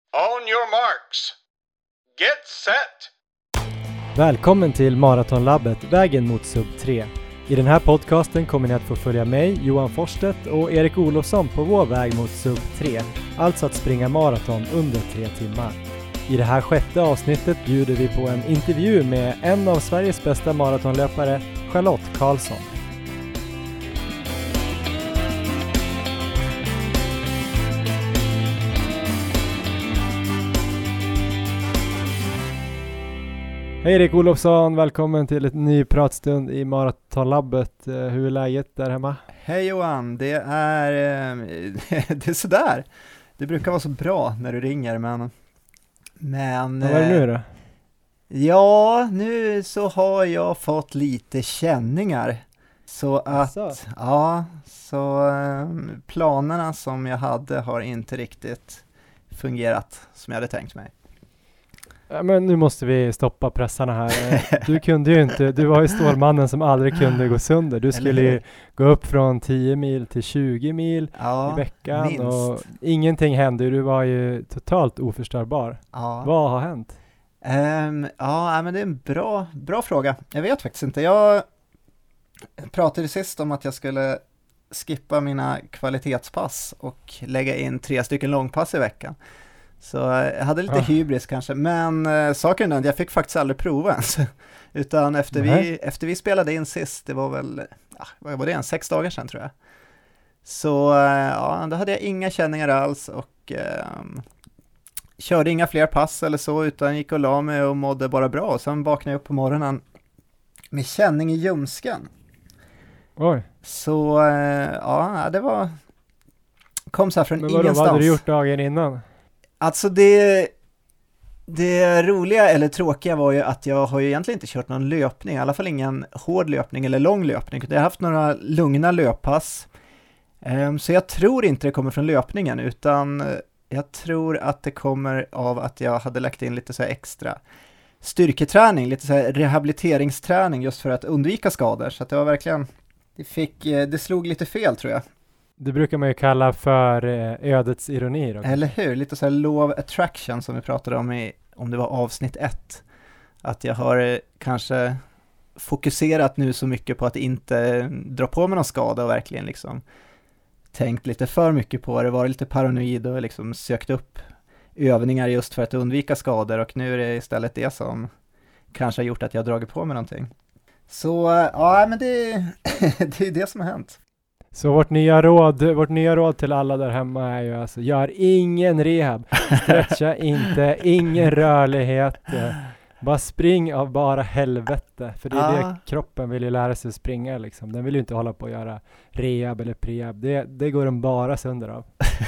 On your marks. Get set! Välkommen till Maratonlabbet, vägen mot sub 3. I den här podcasten kommer ni att få följa mig, Johan Forstedt och Erik Olofsson på vår väg mot sub 3. Alltså att springa maraton under 3 timmar. I det här 6:e avsnittet bjuder vi på en intervju med en av Sveriges bästa maratonlöpare, Charlotte Karlsson. Hej Erik Olofsson, välkommen till ett ny pratstund i Maratonlabbet. Hur är läget där hemma? Hej Johan, det är sådär. Det brukar vara så bra när du ringer, men vad är det nu då? Ja, nu så har jag fått lite känningar. Så att, planerna som jag hade har inte riktigt fungerat som jag hade tänkt mig. Ja, men nu måste vi stoppa pressarna här. Du kunde ju inte, du var ju stålmannen som aldrig kunde gå sönder. Du skulle ju gå upp från 10 mil till 20 mil i veckan. Minst. Och ingenting hände. Du var ju totalt oförstörbar. Ja. Vad har hänt? Men det är en bra fråga. Jag vet faktiskt inte. Jag pratade sist om att jag skulle skippa mina kvalitetspass och lägga in 3 stycken långpass i veckan. Så jag hade lite hybris kanske, men saken är att jag fick faktiskt aldrig prova ens. Utan efter vi spelade in sist, det var väl, vad var det, 6 dagar sedan tror jag. Så då hade jag inga känningar alls och körde inga fler pass eller så, utan gick och la mig och mådde bara bra. Och sen vaknade jag upp på morgonen med känning i ljumsken. Oj. Så det var, kom så här från ingenstans. Vad hade du gjort dagen innan? Alltså det roliga eller tråkiga var ju att jag har ju egentligen inte kört någon löpning, i alla fall ingen hård löpning eller lång löpning. Jag har haft några lugna löppass. Så jag tror inte det kommer från löpningen, utan jag tror att det kommer av att jag hade lagt in lite så här extra styrketräning, lite så här rehabiliteringsträning just för att undvika skador. Så att det var verkligen, det slog lite fel tror jag. Det brukar man ju kalla för ödets ironi. Då. Eller hur? Lite så här law of attraction som vi pratade om det var avsnitt 1. Att jag har kanske fokuserat nu så mycket på att inte dra på mig någon skada och verkligen liksom tänkt lite för mycket på det. Varit lite paranoid och liksom sökt upp övningar just för att undvika skador. Och nu är det istället det som kanske har gjort att jag har dragit på mig någonting. Så men det är det som har hänt. Så vårt nya råd till alla där hemma är ju alltså, gör ingen rehab, stretcha inte, ingen rörlighet, bara spring av bara helvete, för det är det kroppen vill ju lära sig att springa liksom. Den vill ju inte hålla på att göra rehab eller prehab, det går den bara sönder av.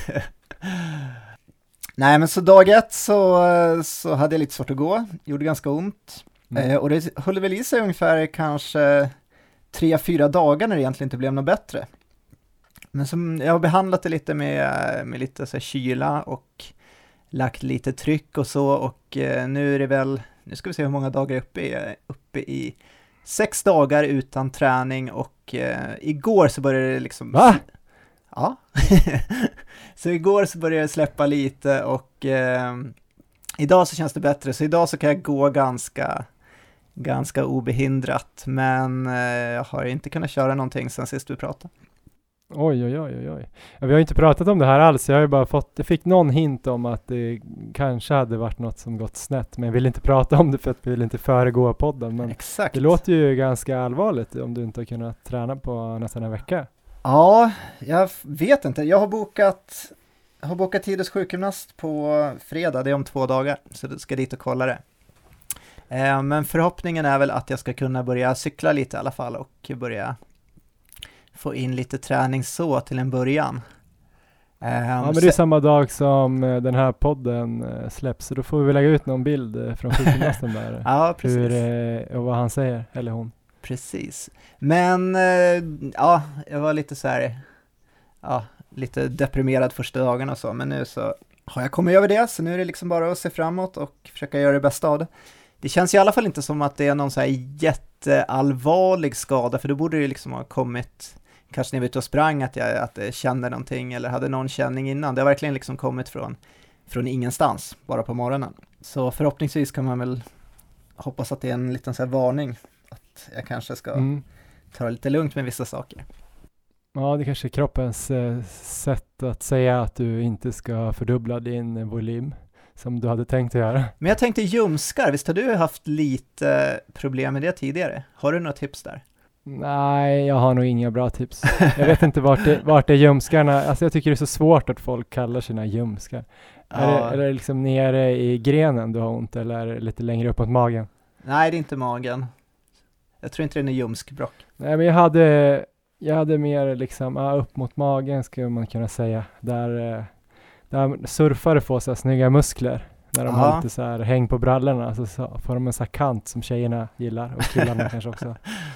Nej, men så dag 1 så hade jag lite svårt att gå, gjorde ganska ont, och det höll väl i sig ungefär kanske 3-4 dagar när det egentligen inte blev något bättre. Men som jag har behandlat det lite med lite så här kyla och lagt lite tryck och så, och nu är det väl, nu ska vi se hur många dagar jag är uppe i 6 dagar utan träning, och igår så började det liksom... Va? Ja. Så igår så började jag släppa lite, och idag så känns det bättre, så idag så kan jag gå ganska obehindrat, men jag har inte kunnat köra någonting sen sist vi pratade. Oj. Ja, vi har inte pratat om det här alls. Jag har ju bara jag fick någon hint om att det kanske hade varit något som gått snett, men jag vill inte prata om det för att vi vill inte föregå podden. Men exakt. Det låter ju ganska allvarligt om du inte har kunnat träna på nästan en vecka. Ja, jag vet inte. Jag har bokat tid hos sjukgymnast på fredag, det är om 2 dagar, så du ska dit och kolla det. Men förhoppningen är väl att jag ska kunna börja cykla lite i alla fall och börja få in lite träning så till en början. Ja, men det är samma dag som den här podden släpps, så då får vi lägga ut någon bild från sjukgymnasten där. Ja, precis. Och vad han säger, eller hon. Precis. Men jag var lite så här, lite deprimerad första dagen och så, men nu så har jag kommit över det, så nu är det liksom bara att se framåt och försöka göra det bästa av det. Det känns i alla fall inte som att det är någon så här jätteallvarlig skada, för då borde det liksom ha kommit, kanske när vi var ute och sprang, att jag kände någonting eller hade någon känning innan. Det har verkligen liksom kommit från från ingenstans, bara på morgonen. Så förhoppningsvis kan man väl hoppas att det är en liten så här varning att jag kanske ska ta det lite lugnt med vissa saker. Ja, det kanske är kroppens sätt att säga att du inte ska fördubbla din volym som du hade tänkt att göra. Men jag tänkte ljumskar, visst har du haft lite problem med det tidigare? Har du några tips där? Nej, jag har nog inga bra tips. Jag vet inte vart är ljumskarna. Alltså jag tycker det är så svårt att folk kallar sina ljumskar. Ja. Är det liksom nere i grenen du har ont eller är det lite längre upp mot magen? Nej, det är inte magen. Jag tror inte det är en ljumskbråck. Nej, men jag hade mer liksom upp mot magen skulle man kunna säga. Där surfare får så här snygga muskler. När de har lite så här häng på brallorna så får de en sån här kant som tjejerna gillar och killarna kanske också.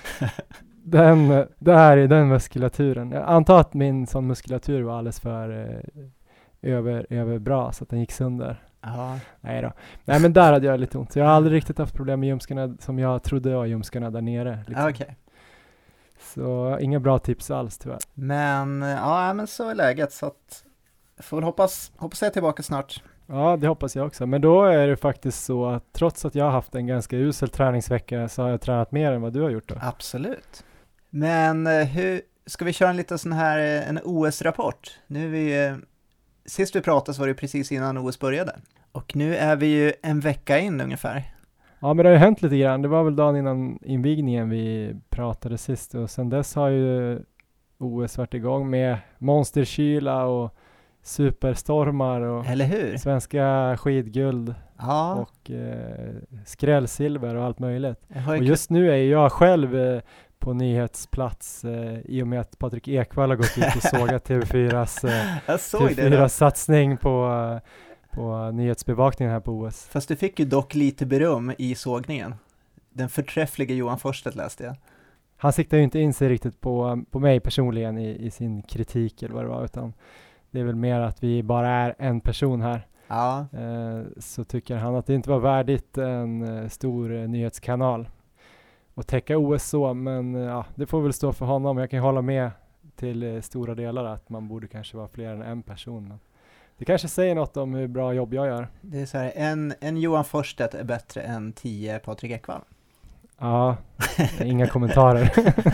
Där är den muskulaturen. Jag antar att min sån muskulatur var alldeles för över bra så att den gick sönder. Ja. Nej men där hade jag lite ont. Så jag har aldrig riktigt haft problem med ljumskarna som jag trodde var ljumskarna där nere. Liksom. Okay. Så inga bra tips alls tyvärr. Men så är läget så att jag får väl hoppas jag är tillbaka snart. Ja, det hoppas jag också. Men då är det faktiskt så att trots att jag har haft en ganska usel träningsvecka så har jag tränat mer än vad du har gjort då. Absolut. Men ska vi köra en liten sån här en OS-rapport? Sist vi pratade så var det precis innan OS började. Och nu är vi ju en vecka in ungefär. Ja, men det har ju hänt lite grann. Det var väl dagen innan invigningen vi pratade sist. Och sen dess har ju OS varit igång med monsterkyla och superstormar och eller hur? Svenska skidguld och skrällsilver och allt möjligt. Och just nu är jag själv på nyhetsplats i och med att Patrik Ekwall har gått ut och sågat TV4s satsning på nyhetsbevakningen här på OS. Fast du fick ju dock lite beröm i sågningen. Den förträffliga Johan Forsstedt läste jag. Han siktar ju inte in sig riktigt på mig personligen i sin kritik eller vad det var, utan det är väl mer att vi bara är en person här. Ja. Så tycker han att det inte var värdigt en stor nyhetskanal att täcka OS så, men det får väl stå för honom. Jag kan hålla med till stora delar att man borde kanske vara fler än en person. Men det kanske säger något om hur bra jobb jag gör. Det är så här, en Johan Forsstedt är bättre än 10 Patrik Ekwall. Ja, inga kommentarer.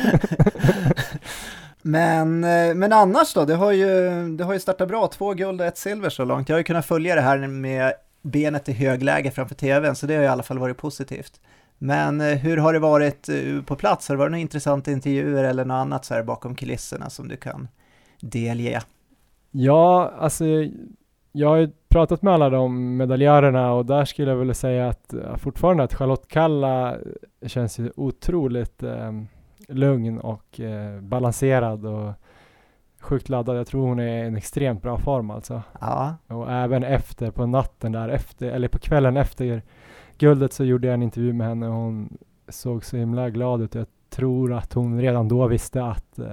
Men annars då, det har ju startat bra, 2 guld och 1 silver så långt. Jag har ju kunnat följa det här med benet i högläge framför tvn, så det har i alla fall varit positivt. Men hur har det varit på plats? Har det varit några intressanta intervjuer eller något annat så här bakom kulisserna som du kan delge? Ja, alltså jag har ju pratat med alla de medaljörerna och där skulle jag vilja säga att fortfarande att Charlotte Kalla känns ju otroligt lugn och balanserad och sjukt laddad. Jag tror hon är i en extremt bra form alltså. Ja. Och även efter på natten där eller på kvällen efter guldet så gjorde jag en intervju med henne och hon såg så himla glad ut. Jag tror att hon redan då visste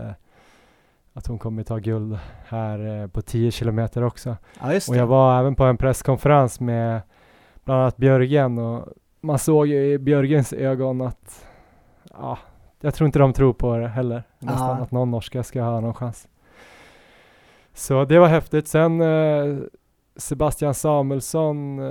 att hon kommer ta guld här på 10 kilometer också. Ja, just det. Och jag var även på en presskonferens med bland annat Björgen och man såg ju i Björgens ögon att jag tror inte de tror på det heller. Nästan att någon norska ska ha någon chans. Så det var häftigt. Sen Sebastian Samuelsson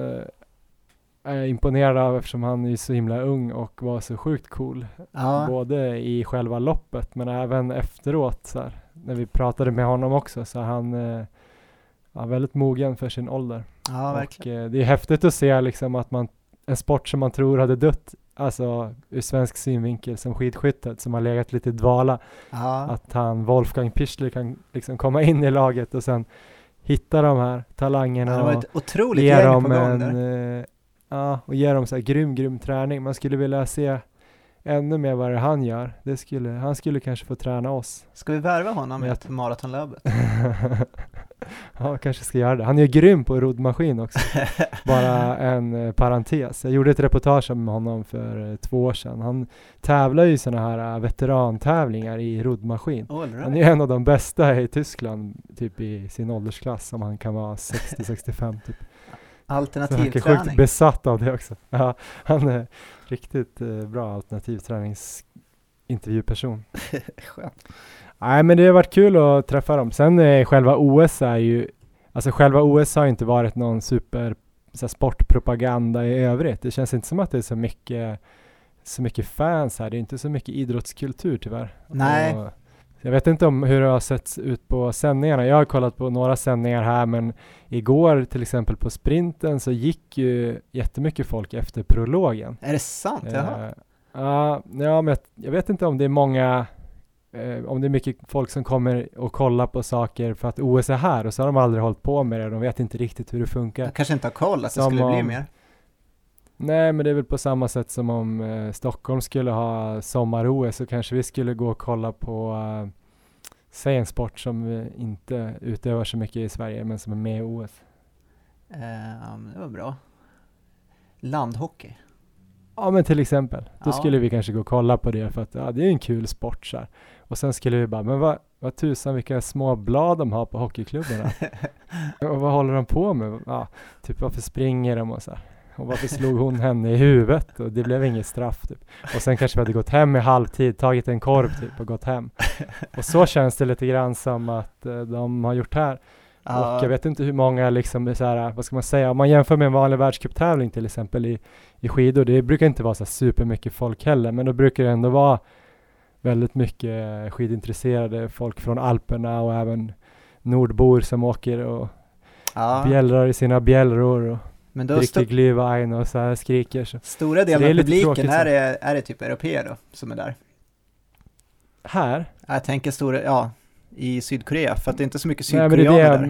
är imponerad av eftersom han är så himla ung och var så sjukt cool. Ja. Både i själva loppet men även efteråt så här, när vi pratade med honom också så han väldigt mogen för sin ålder. Ja, verkligen. Och det är häftigt att se liksom att en sport som man tror hade dött alltså ur svensk synvinkel som skidskyttet som har legat lite i dvala. Att Wolfgang Pichler kan liksom komma in i laget och sen hitta de här talangerna det var ett otroligt ge gäng dem på gång där. Och ge dem så här grym träning. Man skulle vilja se ännu mer vad det han gör. Han skulle kanske få träna oss. Ska vi värva honom med ett maratonlabbet? Ja, kanske ska göra det. Han är ju grym på roddmaskin också. Bara en parentes. Jag gjorde ett reportage med honom för 2 år sedan. Han tävlar ju i såna här veterantävlingar i roddmaskin. Right. Han är en av de bästa i Tyskland typ i sin åldersklass som han kan vara 60-65 typ. Alternativträning. Han är sjukt besatt av det också. Ja, han är riktigt bra alternativträningsintervjuperson. Skönt. Nej, men det har varit kul att träffa dem. Sen själva OS är ju alltså själva OS har inte varit någon super så här, sportpropaganda i övrigt. Det känns inte som att det är så mycket fans här. Det är inte så mycket idrottskultur tyvärr. Nej. Och jag vet inte om hur det har sett ut på sändningarna. Jag har kollat på några sändningar här, men igår till exempel på sprinten så gick ju jättemycket folk efter prologen. Är det sant? Ja, men jag vet inte om det är många, om det är mycket folk som kommer och kollar på saker för att OS är här och så har de aldrig hållit på med det. De vet inte riktigt hur det funkar. Jag kanske inte har koll att det skulle bli mer. Nej, men det är väl på samma sätt som om Stockholm skulle ha sommar-OS så kanske vi skulle gå och kolla på säg en sport som vi inte utövar så mycket i Sverige men som är med i OS. Det var bra. Landhockey. Ja, men till exempel. Då Ja. skulle vi kanske gå och kolla på det för att det är en kul sport så här. Och sen skulle vi bara, men vad tusan vilka små blad de har på hockeyklubbarna. Och vad håller de på med? Ja, typ varför springer de och så här. Och varför slog hon henne i huvudet? Och det blev inget straff typ. Och sen kanske vi hade gått hem i halvtid, tagit en korv typ och gått hem. Och så känns det lite grann som att de har gjort här. Ja. Och jag vet inte hur många liksom så här, vad ska man säga, om man jämför med en vanlig världscuptävling till exempel i skidor, det brukar inte vara så supermycket folk heller, men då brukar det ändå vara väldigt mycket skidintresserade folk från Alperna och även nordbor som åker och bjällrar i sina bjällror och men då dricker glühwein och så här skriker. Så. Stora delar av publiken här är det typ europeer då som är där? Här? Jag tänker i Sydkorea, för att det är inte så mycket sydkoreaner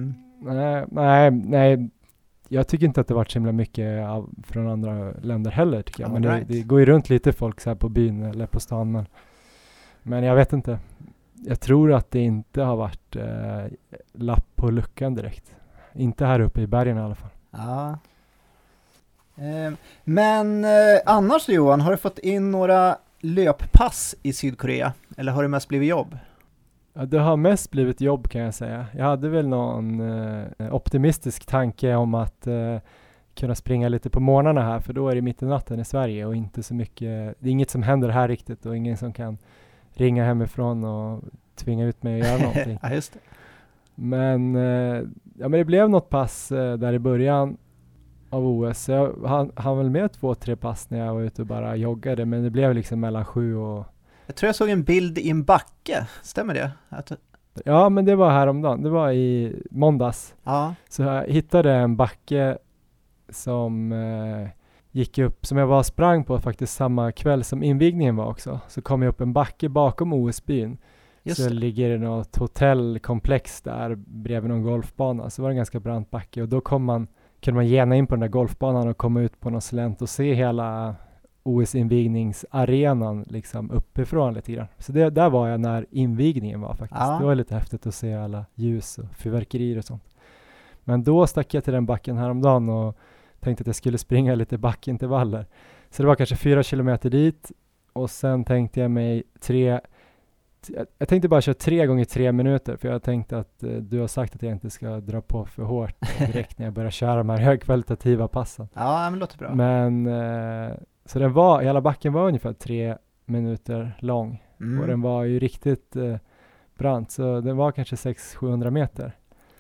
där. Nej. Jag tycker inte att det varit så himla mycket från andra länder heller tycker jag. Men det går ju runt lite folk så här på byn eller på stan. Men jag vet inte. Jag tror att det inte har varit lapp på luckan direkt. Inte här uppe i bergen i alla fall. Ja. Men annars Johan, har du fått in några löppass i Sydkorea? Eller har det mest blivit jobb? Ja, det har mest blivit jobb kan jag säga. Jag hade väl någon optimistisk tanke om att kunna springa lite på morgnarna här, för då är det mitt i natten i Sverige och inte så mycket, det är inget som händer här riktigt och ingen som kan ringa hemifrån och tvinga ut mig att göra någonting. Ja, just det. Men det blev något pass där i början av OS. Jag hann väl med 2-3 pass när jag var ute och bara joggade, men det blev liksom mellan 7 och... Jag tror jag såg en bild i en backe, stämmer det? Ja, men det var häromdagen. Det var i måndags. Ja. Så jag hittade en backe som gick upp, som jag var sprang på faktiskt samma kväll som invigningen var också. Så kom jag upp en backe bakom OS-byn. Så ligger det något hotellkomplex där bredvid någon golfbana. Så var det en ganska brant backe och då kunde man gena in på den där golfbanan och komma ut på någon slänt och se hela OS-invigningsarenan liksom uppifrån lite grann. Så där var jag när invigningen var faktiskt. Ja. Det var lite häftigt att se alla ljus och fyrverkerier och sånt. Men då stack jag till den backen häromdagen och tänkte att jag skulle springa lite backintervaller. Så det var kanske 4 kilometer dit och sen tänkte jag mig jag tänkte bara köra 3 gånger 3 minuter, för jag tänkte att du har sagt att jag inte ska dra på för hårt direkt när jag börjar köra de här högkvalitativa passen. Ja, men det låter bra. Men så hela backen var ungefär 3 minuter lång och den var ju riktigt brant, så den var kanske 600-700 meter.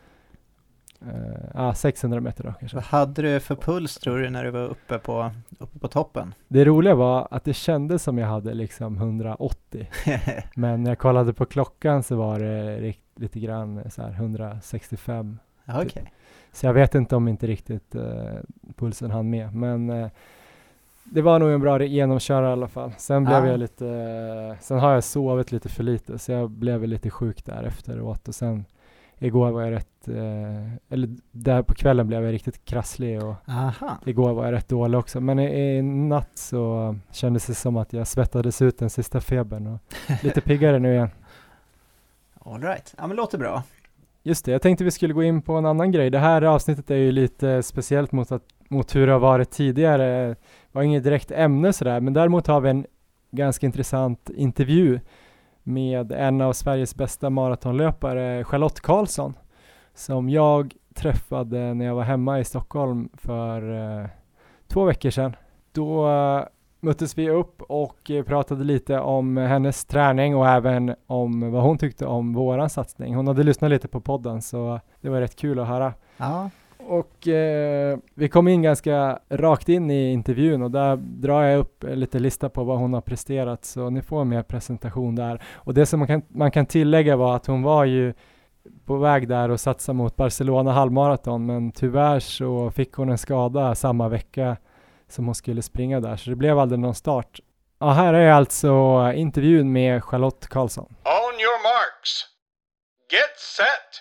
600 meter då kanske. Vad hade du för puls tror du när du var uppe på toppen? Det roliga var att det kändes som jag hade liksom 180. Men när jag kollade på klockan så var det lite grann så här 165. Okay. Typ. Så jag vet inte om inte riktigt pulsen hann med. Men det var nog en bra genomkörare i alla fall. Sen blev jag sen har jag sovit lite för lite, så jag blev lite sjuk där efteråt. Och sen igår var jag eller där på kvällen blev jag riktigt krasslig och igår var jag rätt dålig också. Men i natt så kändes det som att jag svettades ut den sista febern och lite piggare nu igen. All right. Ja, men låter bra. Just det, jag tänkte vi skulle gå in på en annan grej. Det här avsnittet är ju lite speciellt mot hur det har varit tidigare. Det var inget direkt ämne sådär, men däremot har vi en ganska intressant intervju med en av Sveriges bästa maratonlöpare, Charlotte Karlsson, som jag träffade när jag var hemma i Stockholm för 2 veckor sedan. Då möttes vi upp och pratade lite om hennes träning och även om vad hon tyckte om våran satsning. Hon hade lyssnat lite på podden så det var rätt kul att höra. Ja. Och vi kom in ganska rakt in i intervjun och där drar jag upp lite lista på vad hon har presterat så ni får mer presentation där. Och det som man kan tillägga var att hon var ju på väg där och satsa mot Barcelona halvmaraton men tyvärr så fick hon en skada samma vecka som hon skulle springa där så det blev aldrig någon start. Ja, här är alltså intervjun med Charlotte Karlsson. On your marks. Get set.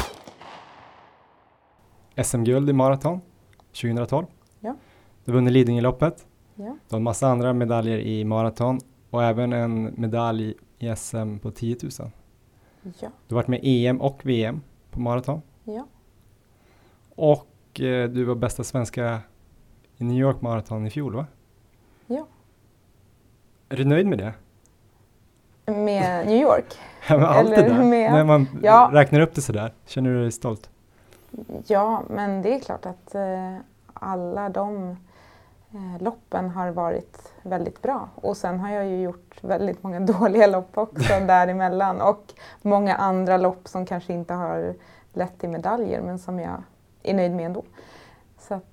SM-guld i maraton 2012. Ja. Du vunnit Lidingöloppet. Ja. Du har en massa andra medaljer i maraton och även en medalj i SM på 10 000. Ja. Du har varit med EM och VM på maraton. Ja. Och du var bästa svenska i New York maraton i fjol, va? Ja. Är du nöjd med det? Med New York? Ja, med allt det Eller där. med- När man Ja. räknar upp det sådär, känner du dig stolt? Ja, men det är klart att alla de loppen har varit väldigt bra. Och sen har jag ju gjort väldigt många dåliga lopp också däremellan. Och många andra lopp som kanske inte har lett till medaljer men som jag är nöjd med ändå. Så att,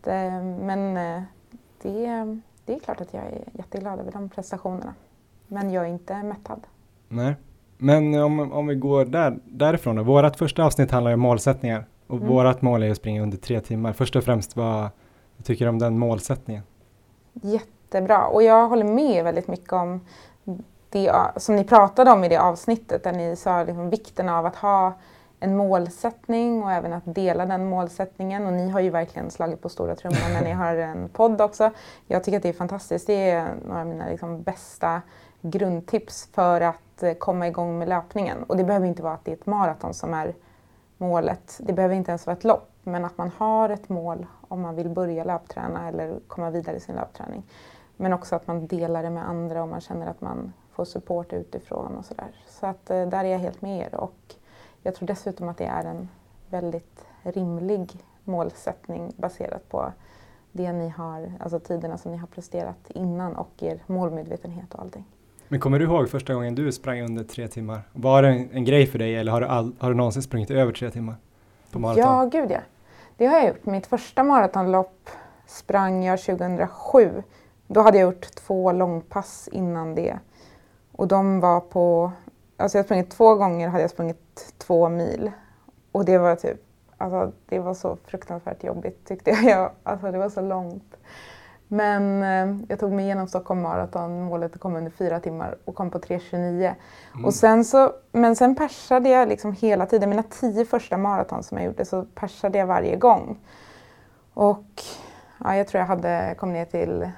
det är klart att jag är jätteglad över de prestationerna. Men jag är inte mättad. Nej. Men om vi går därifrån då. Vårat första avsnitt handlar ju om målsättningar. Och vårat mål är att springa under 3 timmar. Först och främst, vad tycker du om den målsättningen? Jättebra. Och jag håller med väldigt mycket om det som ni pratade om i det avsnittet. Där ni sa liksom vikten av att ha en målsättning och även att dela den målsättningen. Och ni har ju verkligen slagit på stora trummor när ni har en podd också. Jag tycker att det är fantastiskt. Det är några av mina liksom bästa grundtips för att komma igång med löpningen. Och det behöver inte vara att det är ett maraton som är målet. Det behöver inte ens vara ett lopp. Men att man har ett mål om man vill börja löpträna eller komma vidare i sin löpträning. Men också att man delar det med andra och man känner att man får support utifrån och sådär. Så att där är jag helt med er. Och jag tror dessutom att det är en väldigt rimlig målsättning baserat på det ni har, alltså tiderna som ni har presterat innan och er målmedvetenhet och allting. Men kommer du ihåg första gången du sprang under 3 timmar? Var det en grej för dig eller har du någonsin sprungit över 3 timmar på maraton? Ja, gud ja. Det har jag gjort. Mitt första maratonlopp sprang jag 2007. Då hade jag gjort 2 långpass innan det. Och de var på, alltså jag har sprungit 2 gånger hade jag sprungit 2 mil. Och det var typ, alltså det var så fruktansvärt jobbigt tyckte jag. Alltså det var så långt. Men jag tog mig igenom Stockholm maraton, målet kom under 4 timmar och kom på 3:29. Och sen persade jag liksom hela tiden, mina 10 första maraton som jag gjorde så persade jag varje gång. Och ja, jag tror jag hade kommit ner till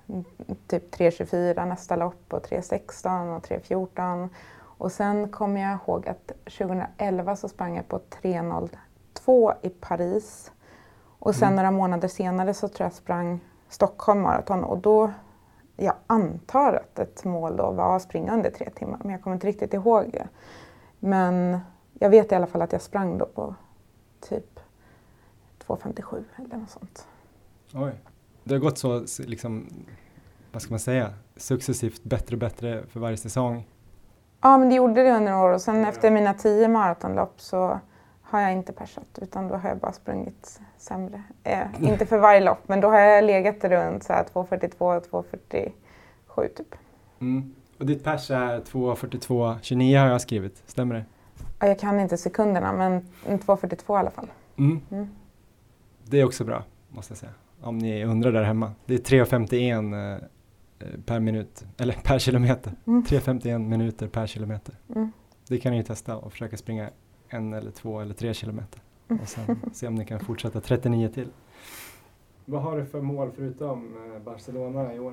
typ 3:24 nästa lopp och 3:16 och 3:14. Och sen kommer jag ihåg att 2011 så sprang jag på 3:02 i Paris. Och sen några månader senare så tror jag sprang Stockholm maraton och då, jag antar att ett mål då var att springa under 3 timmar. Men jag kommer inte riktigt ihåg det. Men jag vet i alla fall att jag sprang då på typ 2:57 eller något sånt. Oj. Det har gått så, liksom, vad ska man säga, successivt bättre och bättre för varje säsong. Ja, men det gjorde det under några år och sen efter mina 10 maratonlopp så har jag inte persat utan då har jag bara sprungit sämre. Inte för varje lopp, men då har jag legat runt så här 2:42, 2:47 typ. Och ditt pers är 2:42,29 har jag skrivit, stämmer det? Ja, jag kan inte sekunderna, men 2:42 i alla fall. Det är också bra, måste jag säga. Om ni undrar där hemma. Det är 3:51 per minut, eller per kilometer. 3:51 minuter per kilometer. Det kan ni ju testa och försöka springa 1 eller 2 eller 3 kilometer. Och sen se om ni kan fortsätta 39 till. Vad har du för mål förutom Barcelona i år?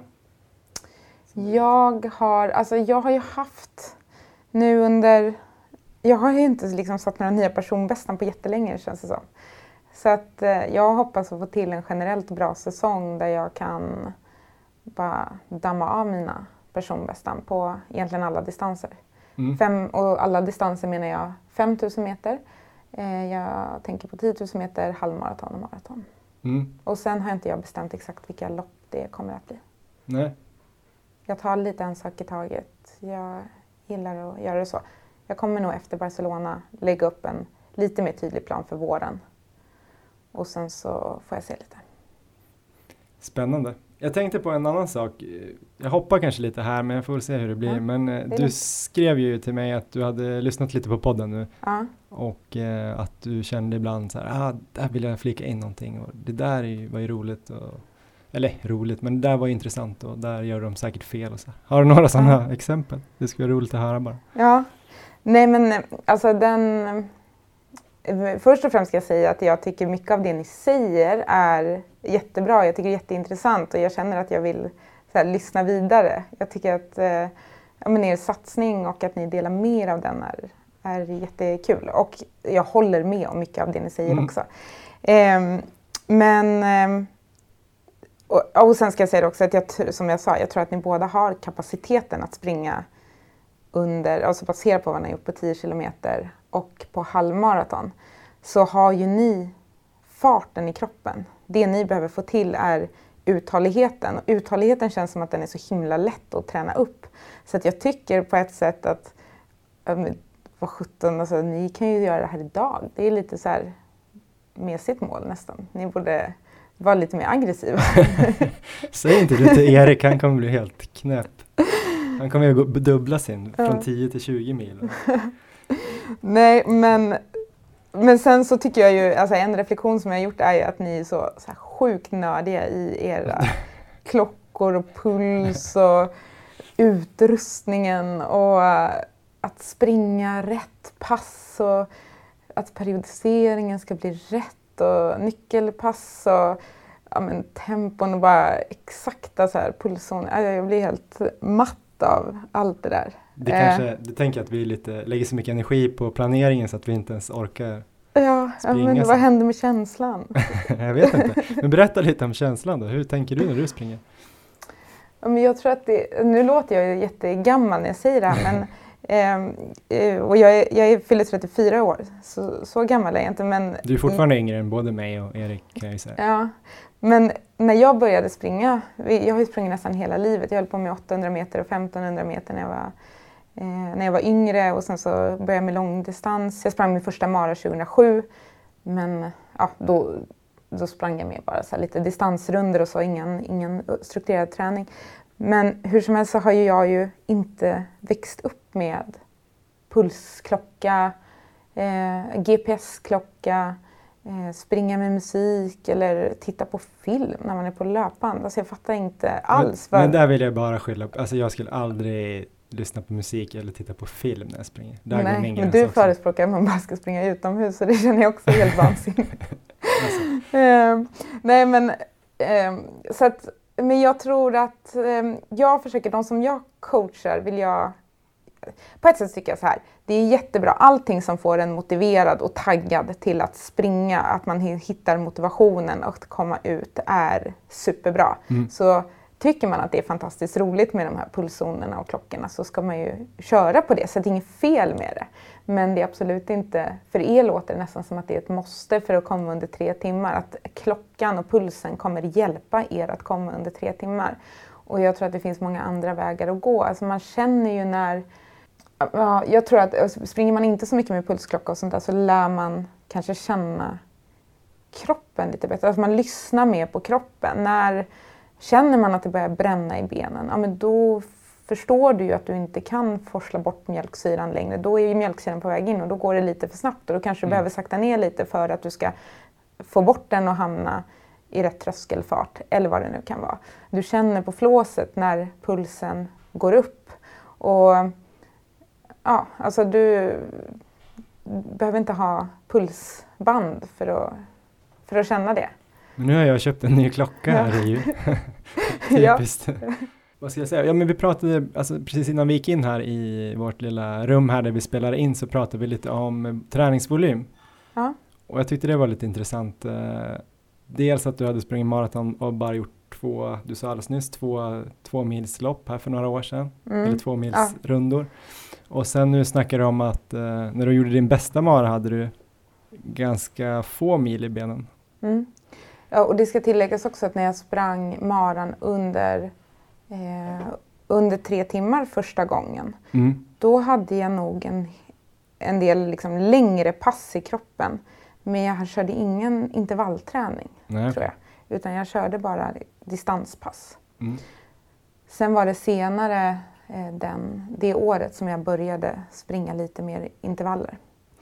Jag har ju haft nu under, jag har ju inte liksom satt några nya personbästan på jättelänge känns det som. Så att jag hoppas att få till en generellt bra säsong där jag kan bara damma av mina personbästan på egentligen alla distanser. Och alla distanser menar jag 5,000 meter. Jag tänker på 10,000 meter, halvmaraton och maraton. Och sen har inte jag bestämt exakt vilka lopp det kommer att bli. Nej. jag tar lite en sak i taget. Jag gillar att göra det så. Jag kommer nog efter Barcelona lägga upp en lite mer tydlig plan för våren. Och sen så får jag se lite. Spännande. Jag tänkte på en annan sak. Jag hoppar kanske lite här, men jag får väl se hur det blir. Ja, men du skrev ju till mig att du hade lyssnat lite på podden nu. Ja. Och att du kände ibland så här, där vill jag flika in någonting. Och det där var ju roligt. Eller roligt, men det där var ju intressant. Och där gör de säkert fel. Och så. Har du några sådana exempel? Det skulle vara roligt att höra bara. Ja, nej men alltså först och främst ska jag säga att jag tycker mycket av det ni säger är jättebra. Jag tycker det är jätteintressant och jag känner att jag vill så här, lyssna vidare. Jag tycker att er satsning och att ni delar mer av den är jättekul. Och jag håller med om mycket av det ni säger också. Och sen ska jag säga också att som jag sa, jag tror att ni båda har kapaciteten att springa under, alltså baserat på vad ni har gjort på 10 kilometer och på halvmaraton, så har ju ni farten i kroppen. Det ni behöver få till är uthålligheten. Och uthålligheten känns som att den är så himla lätt att träna upp. Så att jag tycker på ett sätt att vad 17, alltså, ni kan ju göra det här idag. Det är lite så här mesigt mål nästan. Ni borde vara lite mer aggressiva. Säg inte det till Erik, han kommer bli helt knäpp. Han kommer ju dubbla sin från 10 till 20 mil. Nej, men sen så tycker jag ju, alltså en reflektion som jag har gjort är ju att ni är så här sjukt nördiga i era klockor och puls och utrustningen och att springa rätt pass och att periodiseringen ska bli rätt och nyckelpass och tempon och bara exakta så här pulszon. Jag blir helt matt av allt det där. Du tänker att vi lägger så mycket energi på planeringen så att vi inte ens orkar springa. Men vad händer med känslan? Jag vet inte. Men berätta lite om känslan då. Hur tänker du när du springer? Men jag tror att nu låter jag ju jättegammal när jag säger det här, men och jag fyller 34 år, så gammal är jag inte. Men du är fortfarande yngre än både mig och Erik, kan jag säga. Ja, men när jag började springa, jag har ju sprungit nästan hela livet. Jag höll på med 800 meter och 1500 meter när jag var yngre, och sen så började jag med långdistans. Jag sprang min första mara 2007, men då sprang jag med bara så här lite distansrunder och så, ingen strukturerad träning. Men hur som helst så har jag ju inte växt upp med pulsklocka, GPS-klocka, springa med musik eller titta på film när man är på löpband. Alltså jag fattar inte alls. Men där vill jag bara skylla på. Alltså jag skulle aldrig lyssna på musik eller titta på film när jag springer. Där går min gräns men du också. förespråkar att man bara ska springa utomhus, så det känner jag också helt vansinnigt. Nej men så att, men jag tror att jag försöker, de som jag coachar vill jag, på ett sätt tycker jag så här, det är jättebra, allting som får en motiverad och taggad till att springa, att man hittar motivationen att komma ut är superbra. Så tycker man att det är fantastiskt roligt med de här pulszonerna och klockorna, så ska man ju köra på det, så det är inget fel med det. Men det är absolut inte, för er låter det nästan som att det är ett måste för att komma under 3 timmar. Att klockan och pulsen kommer hjälpa er att komma under 3 timmar. Och jag tror att det finns många andra vägar att gå. Alltså man känner ju när, jag tror att springer man inte så mycket med pulsklocka och sånt där, så lär man kanske känna kroppen lite bättre. Alltså man lyssnar mer på kroppen. När känner man att det börjar bränna i benen, men då förstår du ju att du inte kan forsla bort mjölksyran längre. Då är ju mjölksyran på väg in och då går det lite för snabbt. Och då kanske du behöver sakta ner lite för att du ska få bort den och hamna i rätt tröskelfart. Eller vad det nu kan vara. Du känner på flåset när pulsen går upp. Och alltså du behöver inte ha pulsband för att känna det. Men nu har jag köpt en ny klocka här ju. Typiskt. Vad ska jag säga? Ja, men vi pratade, alltså precis innan vi gick in här i vårt lilla rum här där vi spelar in, så pratade vi lite om träningsvolym. Ja. Och jag tyckte det var lite intressant. Dels att du hade sprungit maraton och bara gjort du sa alldeles nyss, 2 mils lopp här för några år sedan. Eller 2 mils rundor. Och sen nu snackar du om att när du gjorde din bästa mara hade du ganska få mil i benen. Ja, och det ska tilläggas också att när jag sprang maran under 3 timmar första gången. Då hade jag nog en del liksom längre pass i kroppen. Men jag körde ingen intervallträning, tror jag. Utan jag körde bara distanspass. Sen var det senare det året som jag började springa lite mer intervaller.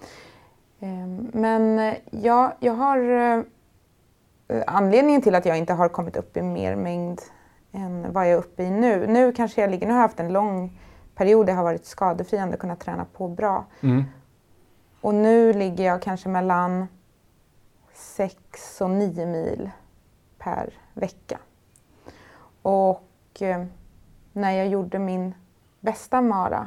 Men jag har anledningen till att jag inte har kommit upp i mer mängd än vad jag är uppe i nu. Nu kanske nu har jag haft en lång period där jag har varit skadefri och kunnat träna på bra. Och nu ligger jag kanske mellan 6 och 9 mil per vecka. Och när jag gjorde min bästa mara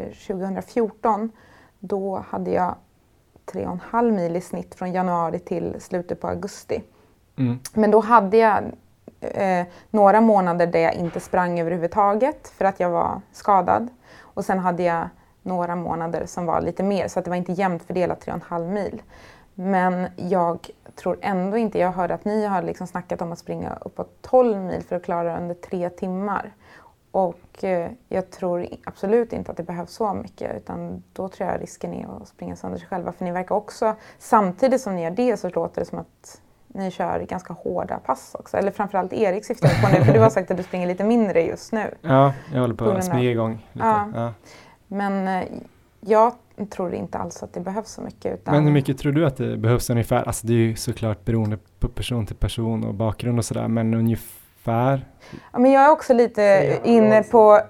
2014, då hade jag 3,5 mil i snitt från januari till slutet på augusti. Men då hade jag några månader där jag inte sprang överhuvudtaget för att jag var skadad. Och sen hade jag några månader som var lite mer, så att det var inte jämnt fördelat 3,5 mil. Men jag tror ändå inte, jag hörde att ni har liksom snackat om att springa uppåt 12 mil för att klara under 3 timmar. Och jag tror absolut inte att det behövs så mycket, utan då tror jag risken är att springa sönder sig själva. För ni verkar också, samtidigt som ni gör det så låter det som att ni kör ganska hårda pass också. Eller framförallt Erik syftar på nu, för du har sagt att du springer lite mindre just nu. Ja, jag håller på att smyga igång lite. Ja. Men jag tror inte alls att det behövs så mycket. Utan... Men hur mycket tror du att det behövs ungefär? Alltså det är ju såklart beroende på person till person och bakgrund och sådär, men ungefär? Ja, men jag är också lite inne på,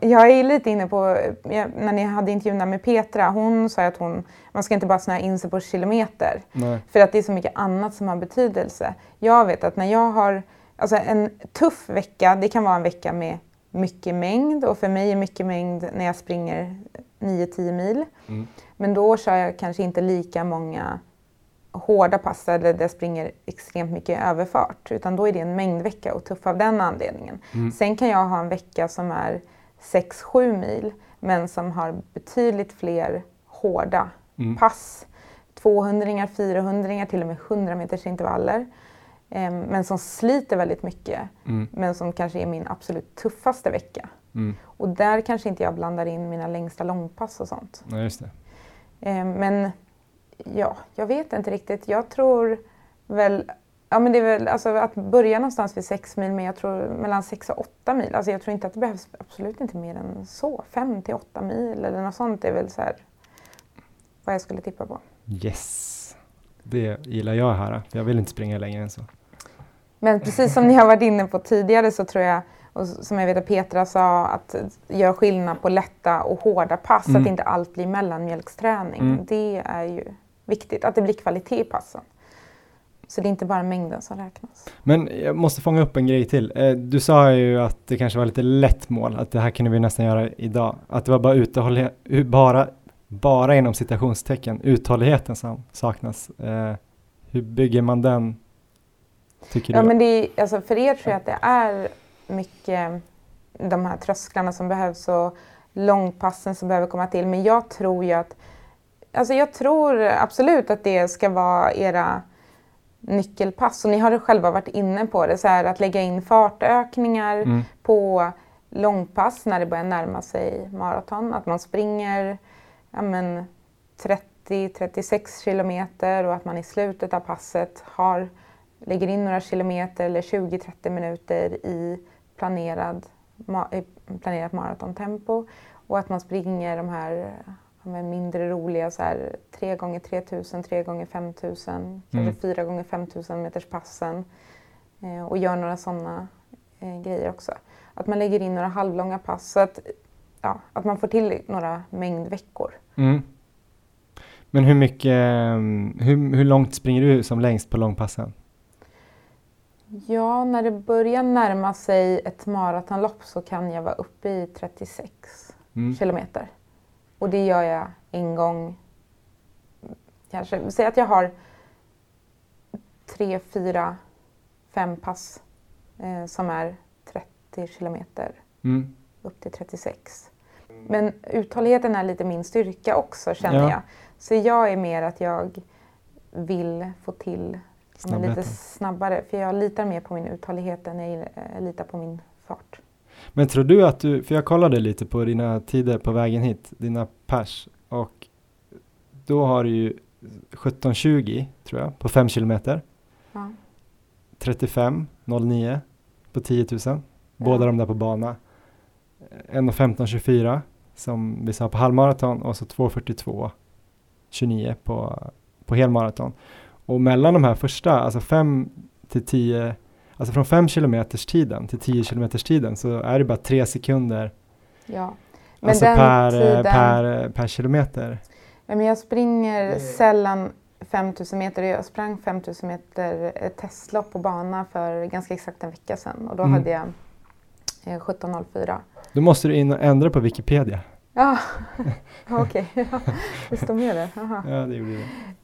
när ni hade intervjun med Petra, hon sa att man ska inte bara snöa in sig på kilometer. Nej. För att det är så mycket annat som har betydelse. Jag vet att när jag har, alltså en tuff vecka, det kan vara en vecka med mycket mängd, och för mig är mycket mängd när jag springer 9-10 mil. Men då kör jag kanske inte lika många hårda pass där jag springer extremt mycket överfart, utan då är det en mängdvecka och tuff av den anledningen. Sen kan jag ha en vecka som är 6-7 mil, men som har betydligt fler hårda pass. 200-ringar, 400-ringar, till och med 100 meters intervaller. Men som sliter väldigt mycket, men som kanske är min absolut tuffaste vecka. Och där kanske inte jag blandar in mina längsta långpass och sånt. Ja, just det. Men ja, jag vet inte riktigt. Jag tror väl, ja men det är väl alltså att börja någonstans vid 6 mil, men jag tror mellan 6 och 8 mil. Alltså jag tror inte att det behövs absolut inte mer än så. 5-8 mil eller något sånt är väl så här vad jag skulle tippa på. Yes, det gillar jag här. Jag vill inte springa längre än så. Men precis som ni har varit inne på tidigare så tror jag, och som jag vet att Petra sa, att göra skillnad på lätta och hårda pass, att inte allt blir mellanmjölksträning. Det är ju viktigt, att det blir kvalitet i passen. Så det är inte bara mängden som räknas. Men jag måste fånga upp en grej till. Du sa ju att det kanske var lite lätt mål, att det här kunde vi nästan göra idag. Att det var bara uthållighet, bara inom citationstecken, uthålligheten som saknas. Hur bygger man den, tycker du? Ja, men det är, alltså för er tror jag att det är mycket de här trösklarna som behövs och långpassen som behöver komma till. Men jag tror ju att, alltså jag tror absolut att det ska vara era nyckelpass. Och ni har själva varit inne på det, så här att lägga in fartökningar på långpass när det börjar närma sig maraton. Att man springer 30-36 kilometer och att man i slutet av passet lägger in några kilometer eller 20-30 minuter i planerat maratontempo, och att man springer de här mindre roliga så här 3x3000, 3x5000, kanske 4x5000 meters passen, och gör några sådana grejer också. Att man lägger in några halvlånga pass, så att man får till några mängdveckor. Men hur långt springer du som längst på långpassen? Ja, när det börjar närma sig ett maratonlopp så kan jag vara uppe i 36 kilometer. Och det gör jag en gång, kanske. Säg att jag har 3, 4, 5 pass som är 30 kilometer upp till 36. Men uthålligheten är lite min styrka också, känner jag. Så jag är mer att jag vill få till lite snabbare. För jag litar mer på min uthållighet än jag litar på min fart. Men tror du att för jag kollade lite på dina tider på vägen hit, dina pers, och då har du ju 17:20 tror jag på 5 kilometer. Ja. 35:09 på 10 000. Båda de där på bana. 1:15:24 som vi sa på halvmaraton och så 2:42:29 på helmaraton. Och mellan de här första, alltså 5 till 10, alltså från 5 kilometers tiden till 10 kilometers tiden så är det bara 3 sekunder. Ja. Men Alltså den per kilometer. Ja, men jag springer sällan 5000 meter. Jag sprang 5000 meter testlopp på bana för ganska exakt en vecka sedan. Och då hade jag 17:04. Då måste du in och ändra på Wikipedia. Ja, okej. Ja, det står med det. Aha. Ja, det gjorde det.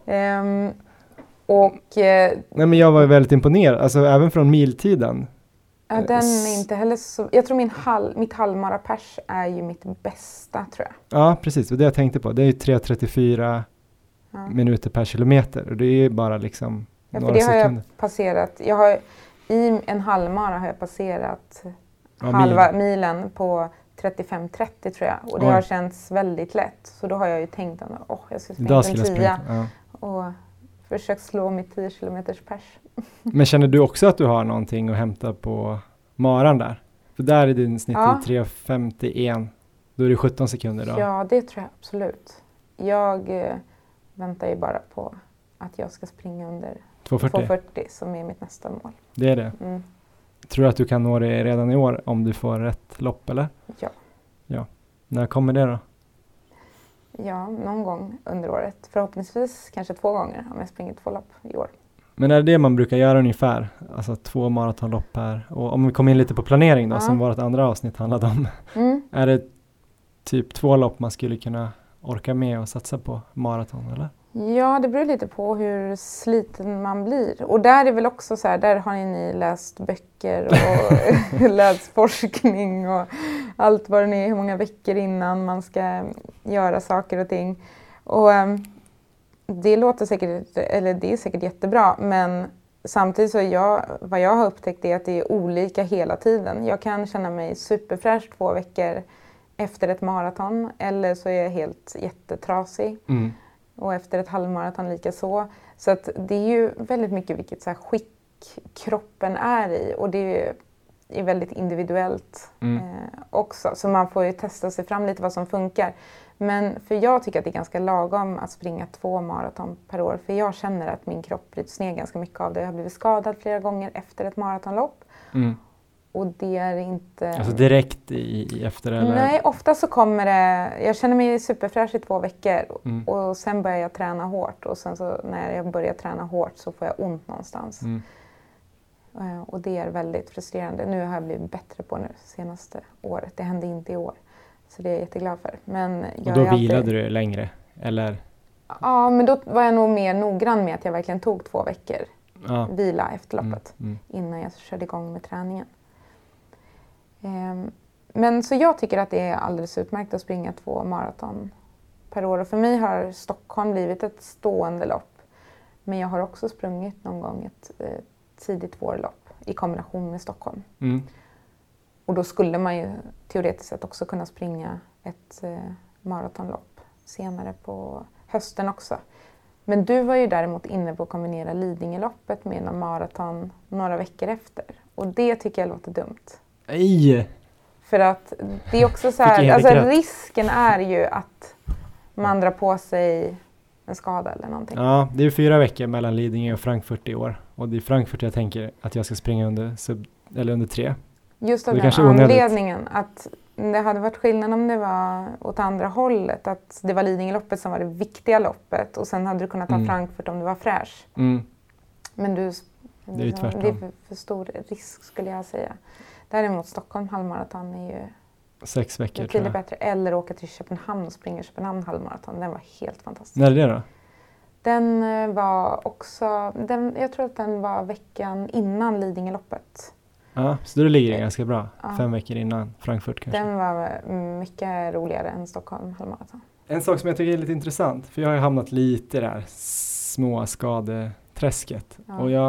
Nej, men jag var väldigt imponerad. Alltså även från miltiden. Ja, den är inte heller så... Jag tror mitt halvmarapers är ju mitt bästa, tror jag. Ja, precis. Och det jag tänkte på. Det är ju 3:34 minuter per kilometer. Och det är ju bara liksom några för det sekunder. har jag passerat. I en halvmara har jag passerat halva milen på 35:30 tror jag. Och det har känts väldigt lätt. Så då har jag ju tänkt att jag ska springa en 10. Och försökt slå mitt 10 kilometers pers. Men känner du också att du har någonting att hämta på maran där? För där är din snitt 3:51. Då är det 17 sekunder då. Ja, det tror jag absolut. Jag väntar ju bara på att jag ska springa under 2:40 som är mitt nästa mål. Det är det? Mm. Tror du att du kan nå det redan i år om du får rätt lopp eller? Ja. När kommer det då? Ja, någon gång under året. Förhoppningsvis kanske 2 gånger om jag springer 2 lopp i år. Men är det man brukar göra ungefär? Alltså 2 maratonlopp här. Och om vi kommer in lite på planering då, som vårt andra avsnitt handlade om. Är det typ 2 lopp man skulle kunna orka med och satsa på maraton eller? Ja, det beror lite på hur sliten man blir. Och där är väl också så här, där har ni läst böcker och läst forskning och allt vad det är, hur många veckor innan man ska göra saker och ting. Och det låter säkert, eller det är säkert jättebra, men samtidigt så vad jag har upptäckt är att det är olika hela tiden. Jag kan känna mig superfräsch 2 veckor efter ett maraton, eller så är jag helt jättetrasig. Och efter ett halvmaraton lika så. Så att det är ju väldigt mycket vilket så här skick kroppen är i. Och det är väldigt individuellt också. Så man får ju testa sig fram lite vad som funkar. Men för jag tycker att det är ganska lagom att springa 2 maraton per år. För jag känner att min kropp bryts ner ganska mycket av det. Jag har blivit skadad flera gånger efter ett maratonlopp. Och det är inte... Alltså direkt i efter eller? Nej, ofta så kommer det... Jag känner mig superfräsch i 2 veckor. Och sen börjar jag träna hårt. Och sen så när jag börjar träna hårt så får jag ont någonstans. Och det är väldigt frustrerande. Nu har jag blivit bättre på nu senaste året. Det hände inte i år. Så det är jag jätteglad för. Men jag och då vilade du längre? Eller? Ja, men då var jag nog mer noggrann med att jag verkligen tog 2 veckor vila efter loppet. Innan jag körde igång med träningen. Men så jag tycker att det är alldeles utmärkt att springa 2 maraton per år. Och för mig har Stockholm blivit ett stående lopp. Men jag har också sprungit någon gång ett tidigt vårlopp i kombination med Stockholm. Och då skulle man ju teoretiskt sett också kunna springa ett maratonlopp senare på hösten också. Men du var ju däremot inne på att kombinera Lidingöloppet med någon maraton några veckor efter. Och det tycker jag låter dumt. Nej! För att det är också så här, alltså risken är ju att man drar på sig en skada eller någonting. Ja, det är 4 veckor mellan Lidingö och Frankfurt i år. Och det är Frankfurt jag tänker att jag ska springa under 3. Just av den anledningen att det hade varit skillnad om det var åt andra hållet. Att det var Lidingöloppet som var det viktiga loppet. Och sen hade du kunnat ta Frankfurt om du var fräsch. Men det är för stor risk skulle jag säga. Däremot Stockholm halvmaraton är ju 6 veckor tror jag. Bättre. Eller åka till Köpenhamn och springa Köpenhamn halvmaraton. Den var helt fantastisk. När är det då? Den var också, jag tror att den var veckan innan Lidingöloppet. Ja, så då ligger det ganska bra. 5 veckor innan Frankfurt kanske. Den var mycket roligare än Stockholm halvmaraton. En sak som jag tycker är lite intressant. För jag har ju hamnat lite där små skadeträsket. Och jag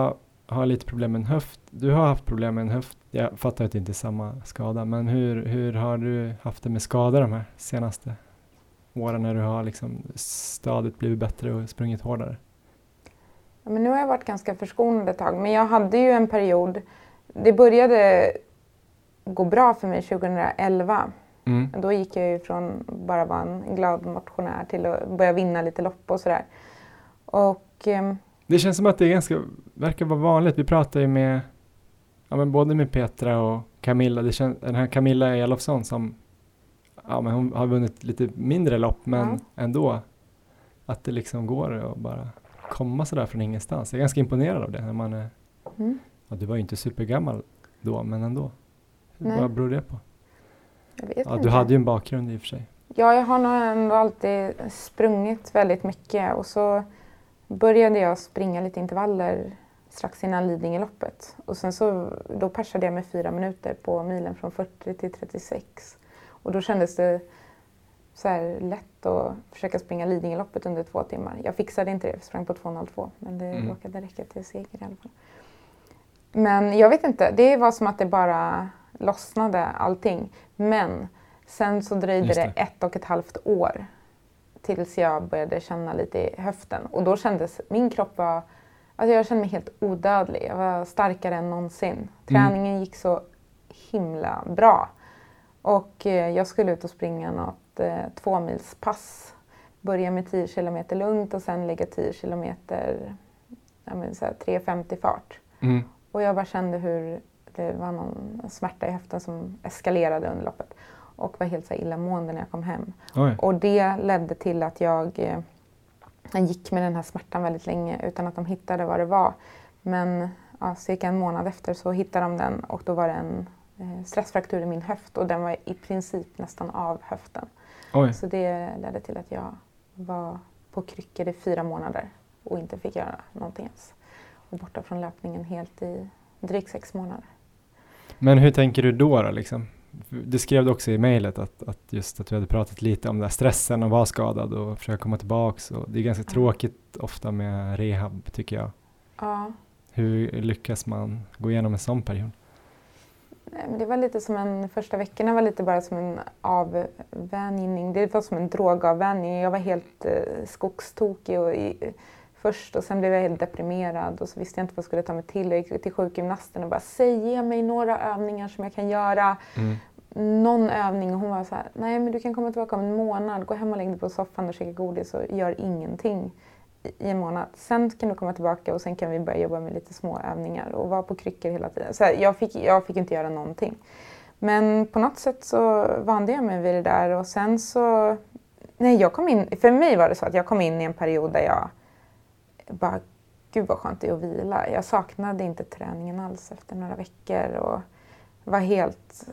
har lite problem med en höft. Du har haft problem med en höft. Jag fattar att det inte är samma skada. Men hur har du haft det med skador de här senaste åren när du har liksom stadigt blivit bättre och sprungit hårdare? Ja, men nu har jag varit ganska förskonad ett tag. Men jag hade ju en period. Det började gå bra för mig 2011. Då gick jag ju från bara vara en glad motionär till att börja vinna lite lopp och sådär. Och det känns som att det verkar vara vanligt. Vi pratar ju med både med Petra och Camilla. Den här Camilla Elofsson som men hon har vunnit lite mindre lopp, men ändå att det liksom går att bara komma sådär från ingenstans. Jag är ganska imponerad av det när man är du var ju inte supergammal då, men ändå. Vad beror det på? Jag vet inte. Du hade ju en bakgrund i och för sig. Ja, jag har nog ändå alltid sprungit väldigt mycket och så började jag springa lite intervaller strax innan Lidingöloppet. Och sen då persade jag med 4 minuter på milen från 40 till 36. Och då kändes det så här lätt att försöka springa Lidingöloppet under 2 timmar. Jag fixade inte det, jag sprang på 2:02, men det råkade räcka till seger i alla fall. Men jag vet inte, det var som att det bara lossnade allting. Men sen så dröjde det 1,5 år tills jag började känna lite i höften. Och då kändes min kropp jag kände mig helt odödlig. Jag var starkare än någonsin. Träningen gick så himla bra. Och jag skulle ut och springa något 2-milspass. Börja med 10 kilometer lugnt och sen lägga 10 kilometer 3:50 fart. Och jag bara kände hur det var någon smärta i höften som eskalerade under loppet. Och var helt så illamående när jag kom hem. Oj. Och det ledde till att jag gick med den här smärtan väldigt länge utan att de hittade vad det var. Men cirka en månad efter så hittade de den och då var det en stressfraktur i min höft och den var i princip nästan av höften. Oj. Så det ledde till att jag var på kryckor i 4 månader och inte fick göra någonting ens. Och borta från löpningen helt i drygt 6 månader. Men hur tänker du då liksom? Du skrev också i mejlet att du hade pratat lite om den där stressen och var skadad och försöka komma tillbaks. Och det är ganska tråkigt ofta med rehab, tycker jag. Ja. Hur lyckas man gå igenom en sån period? Det var lite som första veckorna var lite bara som en avvänjning. Det var som en drogavvänjning. Jag var helt skogstokig först och sen blev jag helt deprimerad och så visste jag inte vad jag skulle ta mig till. Jag gick till sjukgymnasten och bara ge mig några övningar som jag kan göra. Någon övning och hon var så här, nej men du kan komma tillbaka om en månad. Gå hem och lägg dig på soffan och käka godis och gör ingenting i en månad. Sen kan du komma tillbaka och sen kan vi börja jobba med lite små övningar och vara på kryckor hela tiden. Så här, jag fick inte göra någonting. Men på något sätt så vande jag mig vid det där och sen så, för mig var det så att jag kom in i en period där jag bara, gud vad skönt det är att vila. Jag saknade inte träningen alls efter några veckor och var helt,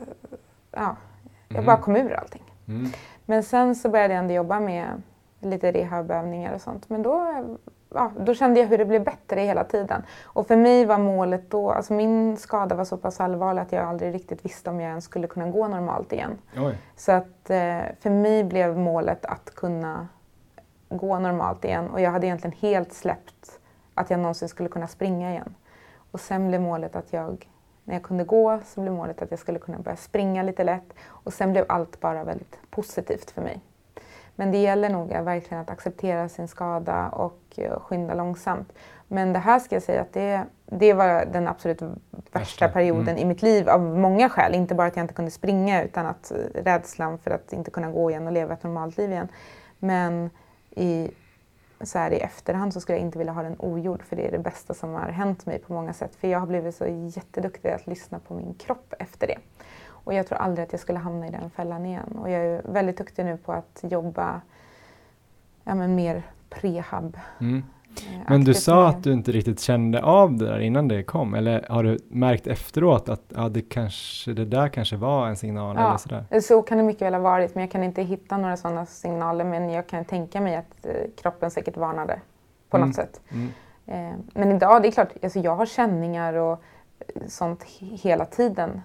jag bara kom ur allting. Men sen så började jag ändå jobba med lite rehabövningar och sånt. Men då kände jag hur det blev bättre hela tiden. Och för mig var målet då, alltså min skada var så pass allvarlig att jag aldrig riktigt visste om jag ens skulle kunna gå normalt igen. Oj. Så att för mig blev målet att kunna gå normalt igen. Och jag hade egentligen helt släppt att jag någonsin skulle kunna springa igen. Och sen blev målet att när jag kunde gå så blev målet att jag skulle kunna börja springa lite lätt. Och sen blev allt bara väldigt positivt för mig. Men det gäller nog verkligen att acceptera sin skada och skynda långsamt. Men det här ska jag säga att det var den absolut värsta perioden i mitt liv av många skäl. Inte bara att jag inte kunde springa utan att rädslan för att inte kunna gå igen och leva ett normalt liv igen. Men i efterhand så skulle jag inte vilja ha den ogjord för det är det bästa som har hänt mig på många sätt. För jag har blivit så jätteduktig att lyssna på min kropp efter det. Och jag tror aldrig att jag skulle hamna i den fällan igen. Och jag är väldigt duktig nu på att jobba mer prehab. Men du sa att du inte riktigt kände av det där innan det kom. Eller har du märkt efteråt att det där kanske var en signal? Ja, eller sådär? Så kan det mycket väl ha varit. Men jag kan inte hitta några sådana signaler. Men jag kan tänka mig att kroppen säkert varnade på något sätt. Men idag, det är klart, alltså jag har känningar och sånt hela tiden.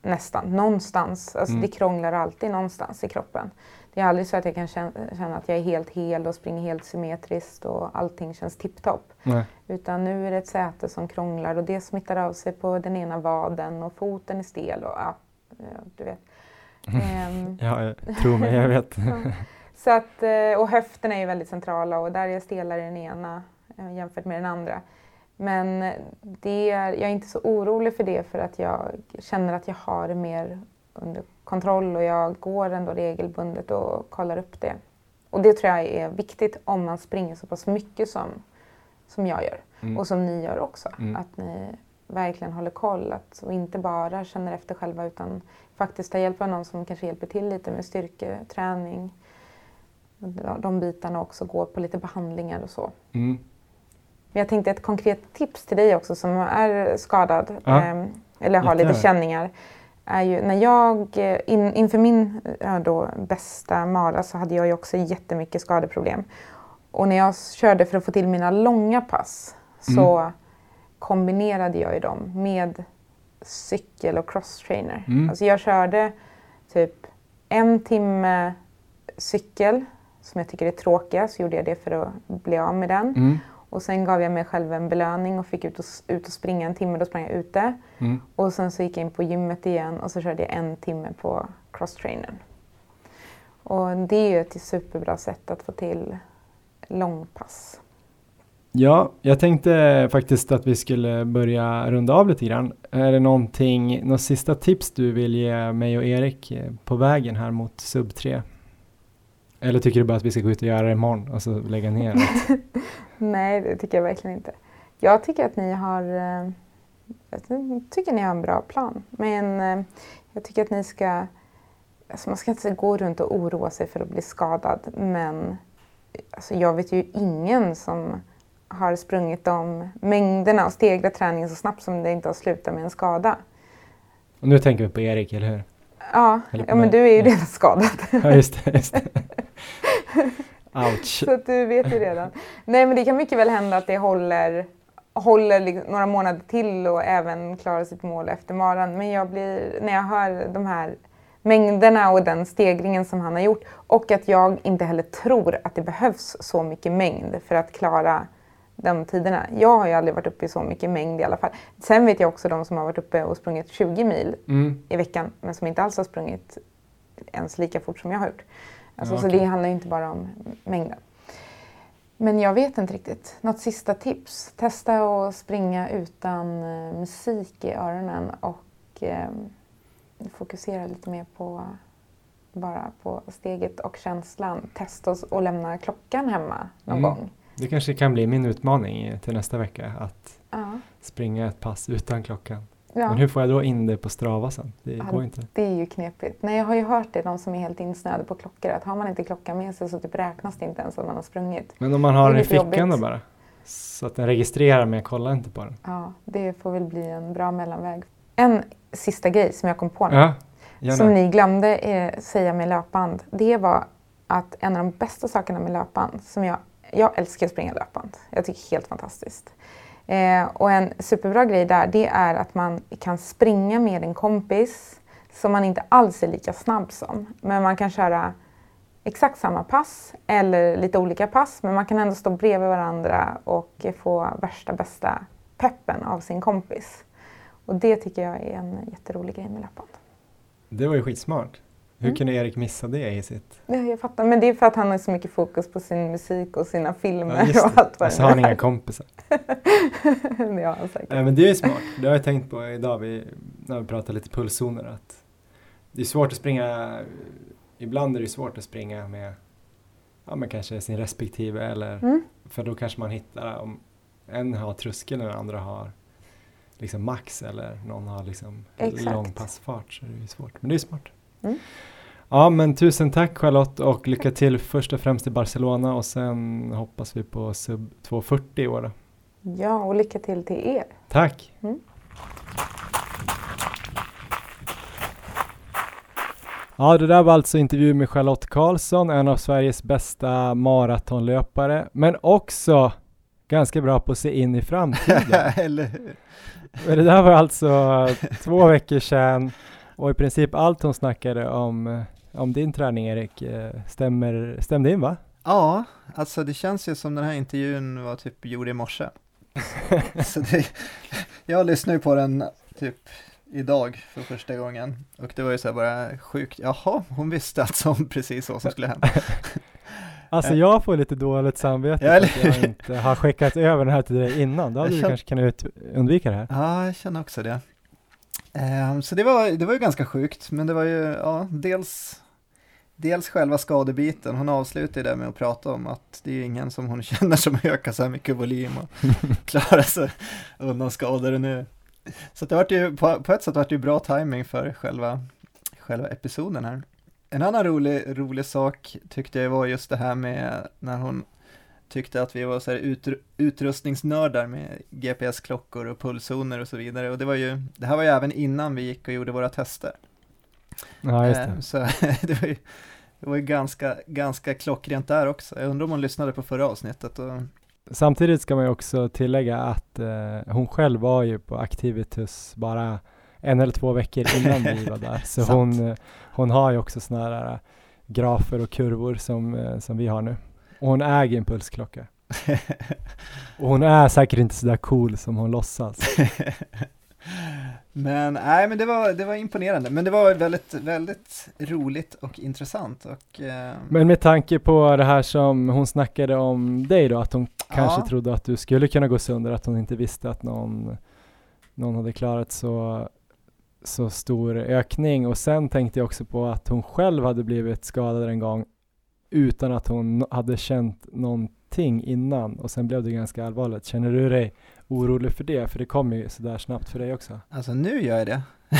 nästan, någonstans. Alltså det krånglar alltid någonstans i kroppen. Det är aldrig så att jag kan känna att jag är helt hel och springer helt symmetriskt och allting känns tipptopp. Utan nu är det ett säte som krånglar och det smittar av sig på den ena vaden och foten är stel och du vet. Ja, tro mig, jag vet. Så att, och höfterna är ju väldigt centrala och där är jag stelare i den ena jämfört med den andra. Men jag är inte så orolig för det för att jag känner att jag har det mer under kontroll och jag går ändå regelbundet och kollar upp det. Och det tror jag är viktigt om man springer så pass mycket som jag gör och som ni gör också. Att ni verkligen håller koll och inte bara känner efter själva utan faktiskt tar hjälp av någon som kanske hjälper till lite med styrketräning. De bitarna också, går på lite behandlingar och så. Men jag tänkte ett konkret tips till dig också som är skadad eller har lite känningar. Är ju, när jag, inför min då, bästa mara så hade jag ju också jättemycket skadeproblem. Och när jag körde för att få till mina långa pass så kombinerade jag ju dem med cykel och crosstrainer. Alltså jag körde typ 1 timme cykel som jag tycker är tråkiga, så gjorde jag det för att bli av med den. Och sen gav jag mig själv en belöning och fick ut och springa 1 timme, då sprang jag ute. Och sen så gick jag in på gymmet igen och så körde jag 1 timme på crosstrainern. Och det är ju ett superbra sätt att få till långpass. Ja, jag tänkte faktiskt att vi skulle börja runda av lite grann. Är det något sista tips du vill ge mig och Erik på vägen här mot sub 3? Eller tycker du bara att vi ska gå ut och göra det imorgon och så lägga ner det? Nej, det tycker jag verkligen inte. Jag tycker att ni har en bra plan. Men jag tycker att ni ska... Alltså man ska inte gå runt och oroa sig för att bli skadad. Men alltså jag vet ju ingen som har sprungit de mängderna och stegrat träningen så snabbt som det inte har slutat med en skada. Och nu tänker vi på Erik, eller hur? Ja, men du är ju redan skadad. Ja, just det. Ouch. Så att du vet ju redan. Nej, men det kan mycket väl hända att det håller några månader till och även klarar sitt mål efter maran. Men när jag hör de här mängderna och den stegringen som han har gjort och att jag inte heller tror att det behövs så mycket mängd för att klara de tiderna. Jag har ju aldrig varit uppe i så mycket mängd i alla fall. Sen vet jag också de som har varit uppe och sprungit 20 mil i veckan men som inte alls har sprungit ens lika fort som jag har gjort. Alltså, så det handlar ju inte bara om mängden. Men jag vet inte riktigt. Något sista tips. Testa att springa utan musik i öronen och fokusera lite mer bara på steget och känslan. Testa att lämna klockan hemma någon gång. Det kanske kan bli min utmaning till nästa vecka att springa ett pass utan klockan. Ja. Men hur får jag då in det på Strava sen? Det går inte. Det är ju knepigt. Nej, jag har ju hört det, de som är helt insnöade på klockor, att har man inte klockan med sig så typ räknas det inte ens att man har sprungit. Men om man har den i fickan då bara? Så att den registrerar men jag kollar inte på den. Ja, det får väl bli en bra mellanväg. En sista grej som jag kom på nu, som ni glömde säga med löpband, det var att en av de bästa sakerna med löpband, som jag älskar att springa löpband. Jag tycker det är helt fantastiskt. Och en superbra grej där, det är att man kan springa med en kompis som man inte alls är lika snabb som. Men man kan köra exakt samma pass eller lite olika pass, men man kan ändå stå bredvid varandra och få värsta bästa peppen av sin kompis. Och det tycker jag är en jätterolig grej med löpband. Det var ju skitsmart. Hur kunde Erik missa det i sitt? Ja, jag fattar. Men det är för att han har så mycket fokus på sin musik och sina filmer och allt vad det är. Så har han inga kompisar. Ja, säkert. Men det är smart. Det har jag tänkt på idag när vi pratar lite pulszoner. Att det är svårt att springa. Ibland är det svårt att springa med kanske sin respektive. Eller, för då kanske man hittar om en har tröskeln och den andra har liksom max. Eller någon har liksom lång passfart. Så det är svårt. Men det är smart. Ja, men tusen tack Charlotte och lycka till först och främst i Barcelona och sen hoppas vi på sub 240 i år då. Ja, och lycka till er. Tack. Ja, det där var alltså intervju med Charlotte Karlsson, en av Sveriges bästa maratonlöpare, men också ganska bra på att se in i framtiden. Eller hur? Men det där var alltså 2 veckor sedan. Och i princip allt hon snackade om din träning, Erik, stämde in, va? Ja, alltså det känns ju som den här intervjun var typ gjord i morse. Så jag lyssnade ju på den typ idag för första gången. Och det var ju så här bara sjukt. Jaha, hon visste alltså om precis vad som skulle hända. Alltså jag får lite dåligt samvete för att jag inte har skickat över den här till dig innan. Då hade du kanske kunnat undvika det här. Ja, jag känner också det. Så det var ju ganska sjukt. Men det var ju, dels själva skadebiten. Hon avslutade det med att prata om att det är ingen som hon känner som ökar så här mycket volym och klarar sig undan skador nu. Så det var ju, på ett sätt var det ju bra timing för själva episoden här. En annan rolig sak tyckte jag var just det här med när hon tyckte att vi var så här utrustningsnördar med GPS-klockor och pulszoner och så vidare. Och det här var ju även innan vi gick och gjorde våra tester. Ja, just det. Så det var ju ganska klockrent där också. Jag undrar om hon lyssnade på förra avsnittet. Samtidigt ska man ju också tillägga att hon själv var ju på Activitus bara 1 eller 2 veckor innan vi var där. Så hon har ju också såna här grafer och kurvor som vi har nu. Och hon äger en pulsklocka. Och hon är säkert inte så där cool som hon låtsas. Men det var imponerande. Men det var väldigt, väldigt roligt och intressant. Men med tanke på det här som hon snackade om dig då, att hon kanske trodde att du skulle kunna gå sönder, att hon inte visste att någon hade klarat så stor ökning. Och sen tänkte jag också på att hon själv hade blivit skadad en gång utan att hon hade känt någonting innan. Och sen blev det ganska allvarligt. Känner du dig orolig för det? För det kom ju sådär snabbt för dig också. Alltså nu gör jag det.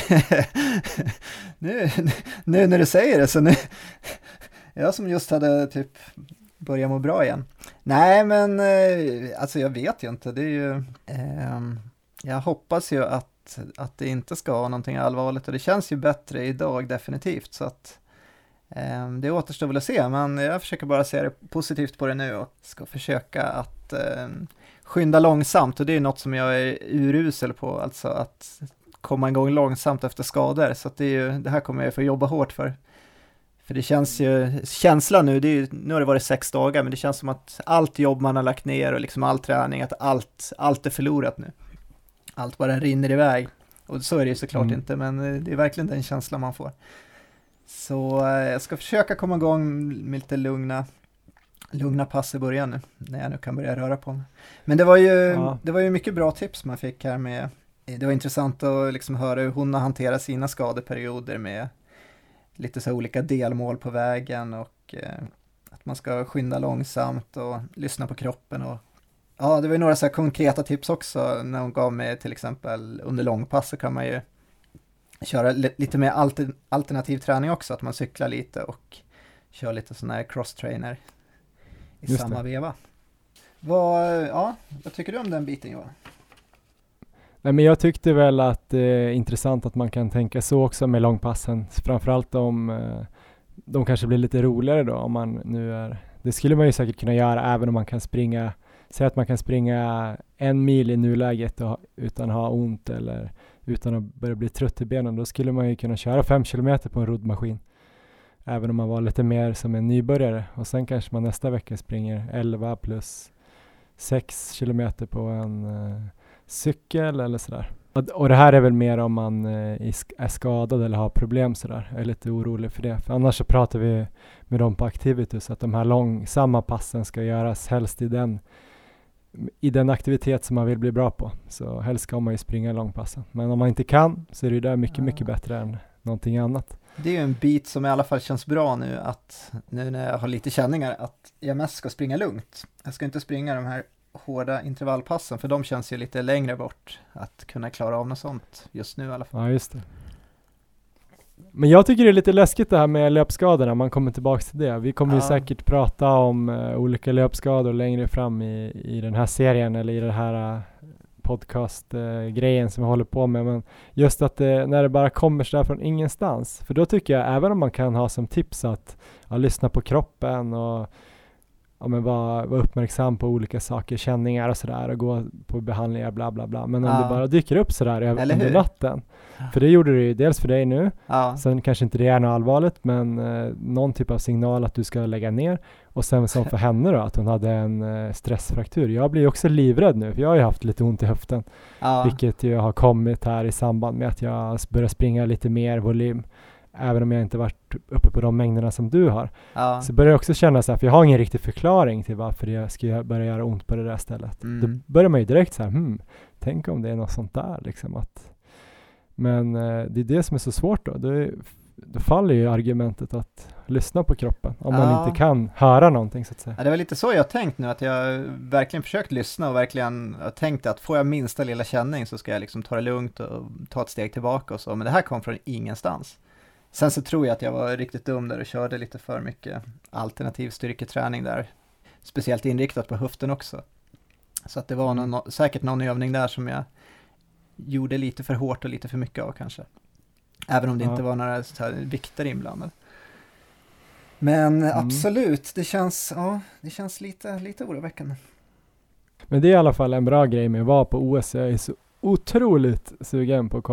nu när du säger det så nu. Jag som just hade typ börjat må bra igen. Nej men alltså jag vet ju inte. Det är ju, jag hoppas ju att det inte ska vara någonting allvarligt. Och det känns ju bättre idag definitivt. Så att det återstår väl att se. Men jag försöker bara se det positivt på det nu. Och ska försöka att skynda långsamt. Och det är något som jag är urusel på. Alltså att komma igång långsamt efter skador. Så att det här kommer jag få jobba hårt för. För det känns ju, känslan nu, nu har det varit 6 dagar. Men det känns som att allt jobb man har lagt ner och liksom all träning. Att allt är förlorat nu. Allt bara rinner iväg. Och så är det ju såklart inte. Men det är verkligen den känslan man får. Så jag ska försöka komma igång med lite lugna pass i början nu. När jag nu kan börja röra på mig. Men det var ju mycket bra tips man fick här med. Det var intressant att liksom höra hur hon har hanterat sina skadeperioder med lite så olika delmål på vägen. Och att man ska skynda långsamt och lyssna på kroppen. Och ja, det var ju några så här konkreta tips också. När hon gav mig till exempel under långpass så kan man ju köra lite mer alternativ träning också. Att man cyklar lite och kör lite sån här cross-trainer i Just samma det. veva. Vad tycker du om den biten, Johan? Nej, men jag tyckte väl att det är intressant att man kan tänka så också med långpassen. Framförallt om de kanske blir lite roligare då. Om man nu är, det skulle man ju säkert kunna göra även om man kan springa. Säg att man kan springa 1 mil i nuläget utan att ha ont eller utan att börja bli trött i benen. Då skulle man ju kunna köra 5 kilometer på en roddmaskin. Även om man var lite mer som en nybörjare. Och sen kanske man nästa vecka springer 11 plus 6 kilometer på en cykel eller sådär. Och det här är väl mer om man är skadad eller har problem sådär. Jag är lite orolig för det. För annars så pratar vi med dem på Activitus att de här långsamma passen ska göras helst i den aktivitet som man vill bli bra på. Så helst ska man ju springa långpassen. Men om man inte kan så är det där mycket bättre än någonting annat. Det är ju en bit som i alla fall känns bra nu, att nu när jag har lite känningar, att jag mest ska springa lugnt. Jag ska inte springa de här hårda intervallpassen, för de känns ju lite längre bort att kunna klara av något sånt just nu i alla fall. Ja, just det. Men jag tycker det är lite läskigt det här med löpskadorna, man kommer tillbaka till det. Vi kommer ju säkert prata om olika löpskador längre fram i den här serien eller i den här podcast-grejen som vi håller på med. Men just att när det bara kommer så där från ingenstans. För då tycker jag, även om man kan ha som tips att lyssna på kroppen och men vara uppmärksam på olika saker, känningar och sådär och gå på behandlingar bla bla bla. Men om det bara dyker upp sådär under natten, för det gjorde det ju dels för dig nu, sen kanske inte det är något allvarligt, men någon typ av signal att du ska lägga ner, och sen som för henne då, att hon hade en stressfraktur. Jag blir också livrädd nu, för jag har ju haft lite ont i höften, vilket ju har kommit här i samband med att jag börjar springa lite mer volym. Även om jag inte varit uppe på de mängderna som du har. Så börjar jag också känna så här, för jag har ingen riktig förklaring till varför jag ska börja göra ont på det där stället. Då börjar man ju direkt så här, tänk om det är något sånt där liksom. Men det är det som är så svårt då. Då faller ju argumentet att lyssna på kroppen. Om man inte kan höra någonting så att säga. Ja, det var lite så jag tänkt nu, att jag verkligen försökt lyssna och verkligen tänkt att får jag minsta lilla känning så ska jag liksom ta det lugnt och ta ett steg tillbaka och så. Men det här kom från ingenstans. Sen så tror jag att jag var riktigt dum där och körde lite för mycket alternativ styrketräning där. Speciellt inriktat på höften också. Så att det var säkert någon övning där som jag gjorde lite för hårt och lite för mycket av kanske. Även om det inte var några så här vikter inblandade. Men absolut, det känns lite oroväckande. Men det är i alla fall en bra grej med att vara på OS. Jag är så otroligt sugen på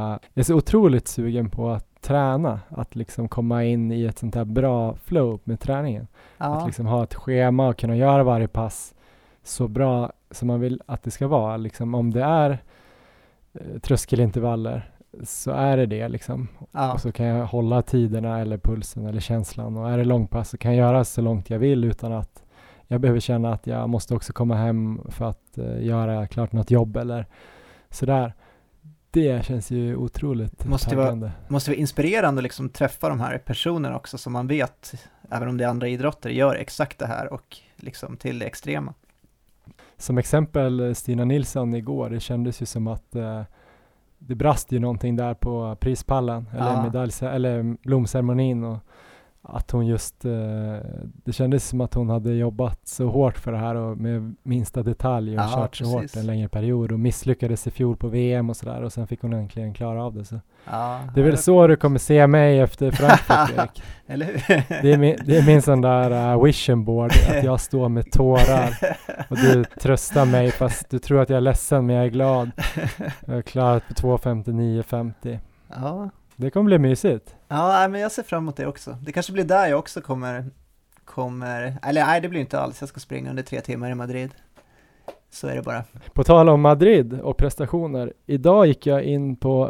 att träna, att liksom komma in i ett sånt här bra flow med träningen. Att liksom ha ett schema och kunna göra varje pass så bra som man vill att det ska vara. Liksom om det är tröskelintervaller så är det liksom. Och så kan jag hålla tiderna eller pulsen eller känslan, och är det långpass så kan jag göra så långt jag vill utan att jag behöver känna att jag måste också komma hem för att göra klart något jobb eller sådär. Det känns ju otroligt taggande. Måste vara inspirerande att liksom träffa de här personerna också, som man vet, även om det är andra idrotter, gör exakt det här och liksom till det extrema. Som exempel Stina Nilsson igår, det kändes ju som att det brast ju någonting där på prispallen eller blomceremonin, och att hon just det kändes som att hon hade jobbat så hårt för det här och med minsta detalj och kört så hårt en längre period och misslyckades i fjol på VM och sådär, och sen fick hon äntligen klara av det. Så. Det är väl så du kommer se mig efter Frankfurt, Erik. Eller hur? Det är min sån där vision board, att jag står med tårar och du tröstar mig fast du tror att jag är ledsen, men jag är glad. Jag har klarat på 2:59,50. Ja. Det kommer bli mysigt. Ja, men jag ser fram emot det också. Det kanske blir där jag också kommer eller nej, det blir inte alls. Jag ska springa under 3 timmar i Madrid. Så är det bara. På tal om Madrid och prestationer. Idag gick jag in på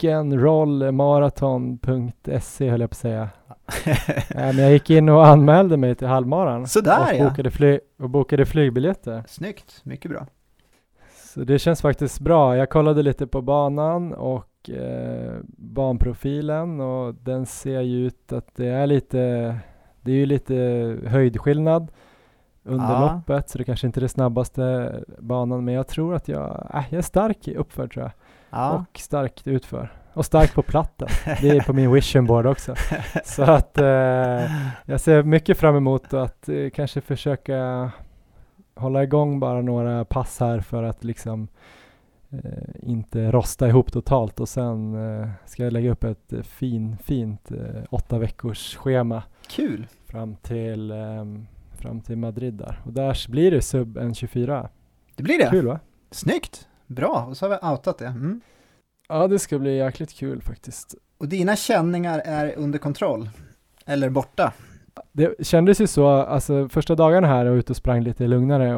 rock'n'rollmarathon.se höll jag på att säga. Men jag gick in och anmälde mig till halvmaran. Sådär, och bokade flygbiljetter. Snyggt, mycket bra. Så det känns faktiskt bra. Jag kollade lite på banan och banprofilen, och den ser ju ut att det är ju lite höjdskillnad under loppet, så det kanske inte är det snabbaste banan, men jag tror att jag är stark i uppför tror jag. Och starkt utför. Och stark på platten. Det är på min vision board också. Så att jag ser mycket fram emot att kanske försöka hålla igång bara några pass här för att liksom inte rosta ihop totalt, och sen ska jag lägga upp ett fint 8 veckors schema. Kul! Fram till Madrid där. Och där blir det sub 1:24. Det blir det? Kul va? Snyggt! Bra, och så har vi outat det. Ja, det ska bli jäkligt kul faktiskt. Och dina känningar är under kontroll? Eller borta? Det kändes ju så, alltså första dagarna här och ute och sprang lite lugnare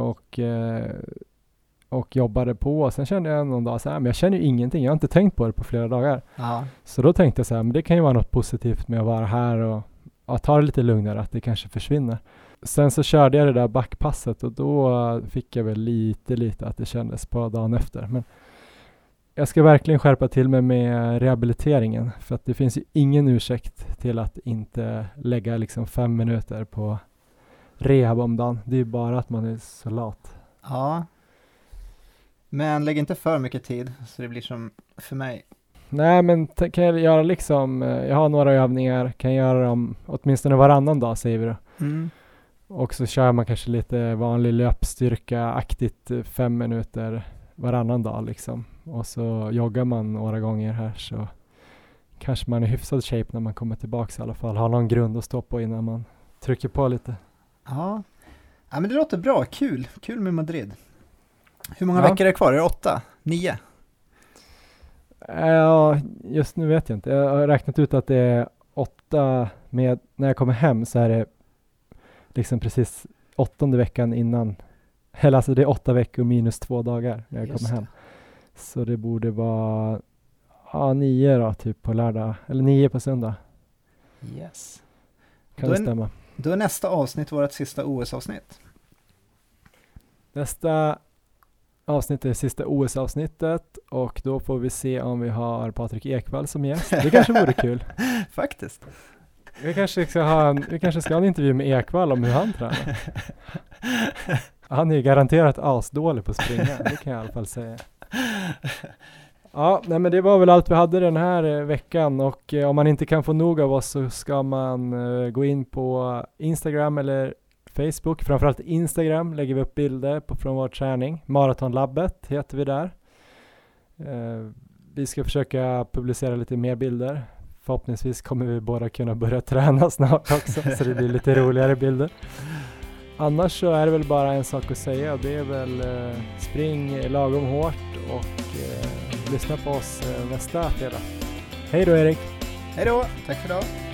och jobbade på. Sen kände jag någon dag så här, men jag känner ju ingenting. Jag har inte tänkt på det på flera dagar. Så då tänkte jag så här, men det kan ju vara något positivt med att vara här och ta det lite lugnare, att det kanske försvinner. Sen så körde jag det där backpasset och då fick jag väl lite att det kändes på dagen efter. Men jag ska verkligen skärpa till mig med rehabiliteringen, för att det finns ju ingen ursäkt till att inte lägga liksom 5 minuter på rehab om dagen. Det är ju bara att man är så lat. Ja. Men lägg inte för mycket tid så det blir som för mig. Nej, men kan jag göra liksom, jag har några övningar, kan jag göra dem åtminstone varannan dag säger vi då. Och så kör man kanske lite vanlig löpstyrka-aktigt 5 minuter varannan dag liksom. Och så joggar man några gånger här, så kanske man är hyfsad shape när man kommer tillbaka i alla fall. Har någon grund att stå på innan man trycker på lite. Ja, Ja, men det låter bra. Kul med Madrid. Hur många Ja. veckor är det kvar? Är det 8? 9? Ja, just nu vet jag inte. Jag har räknat ut att det är 8 med, när jag kommer hem så är det liksom precis 8:e veckan innan. Eller alltså det är 8 veckor minus 2 dagar när jag Just kommer hem. Så det borde vara 9 då, typ på lördag. Eller 9 på söndag. Yes. Kan Då det är- stämma? Då är nästa avsnitt vårt sista OS-avsnitt. Nästa avsnitt är det sista OS-avsnittet och då får vi se om vi har Patrik Ekwall som gäst. Det kanske vore kul. Faktiskt. Vi kanske ska ha en intervju med Ekwall om hur han tränar. Han är ju garanterat asdålig på att springa, det kan jag i alla fall säga. Ja, nej men det var väl allt vi hade den här veckan och om man inte kan få nog av oss så ska man gå in på Instagram eller Facebook. Framförallt Instagram lägger vi upp bilder från vår träning. Maratonlabbet heter vi där. Vi ska försöka publicera lite mer bilder. Förhoppningsvis kommer vi båda kunna börja träna snart också så det blir lite roligare bilder. Annars så är det väl bara en sak att säga och det är väl spring lagom hårt och lyssna på oss nästa fredag. Hej då Erik! Hej då, tack för idag.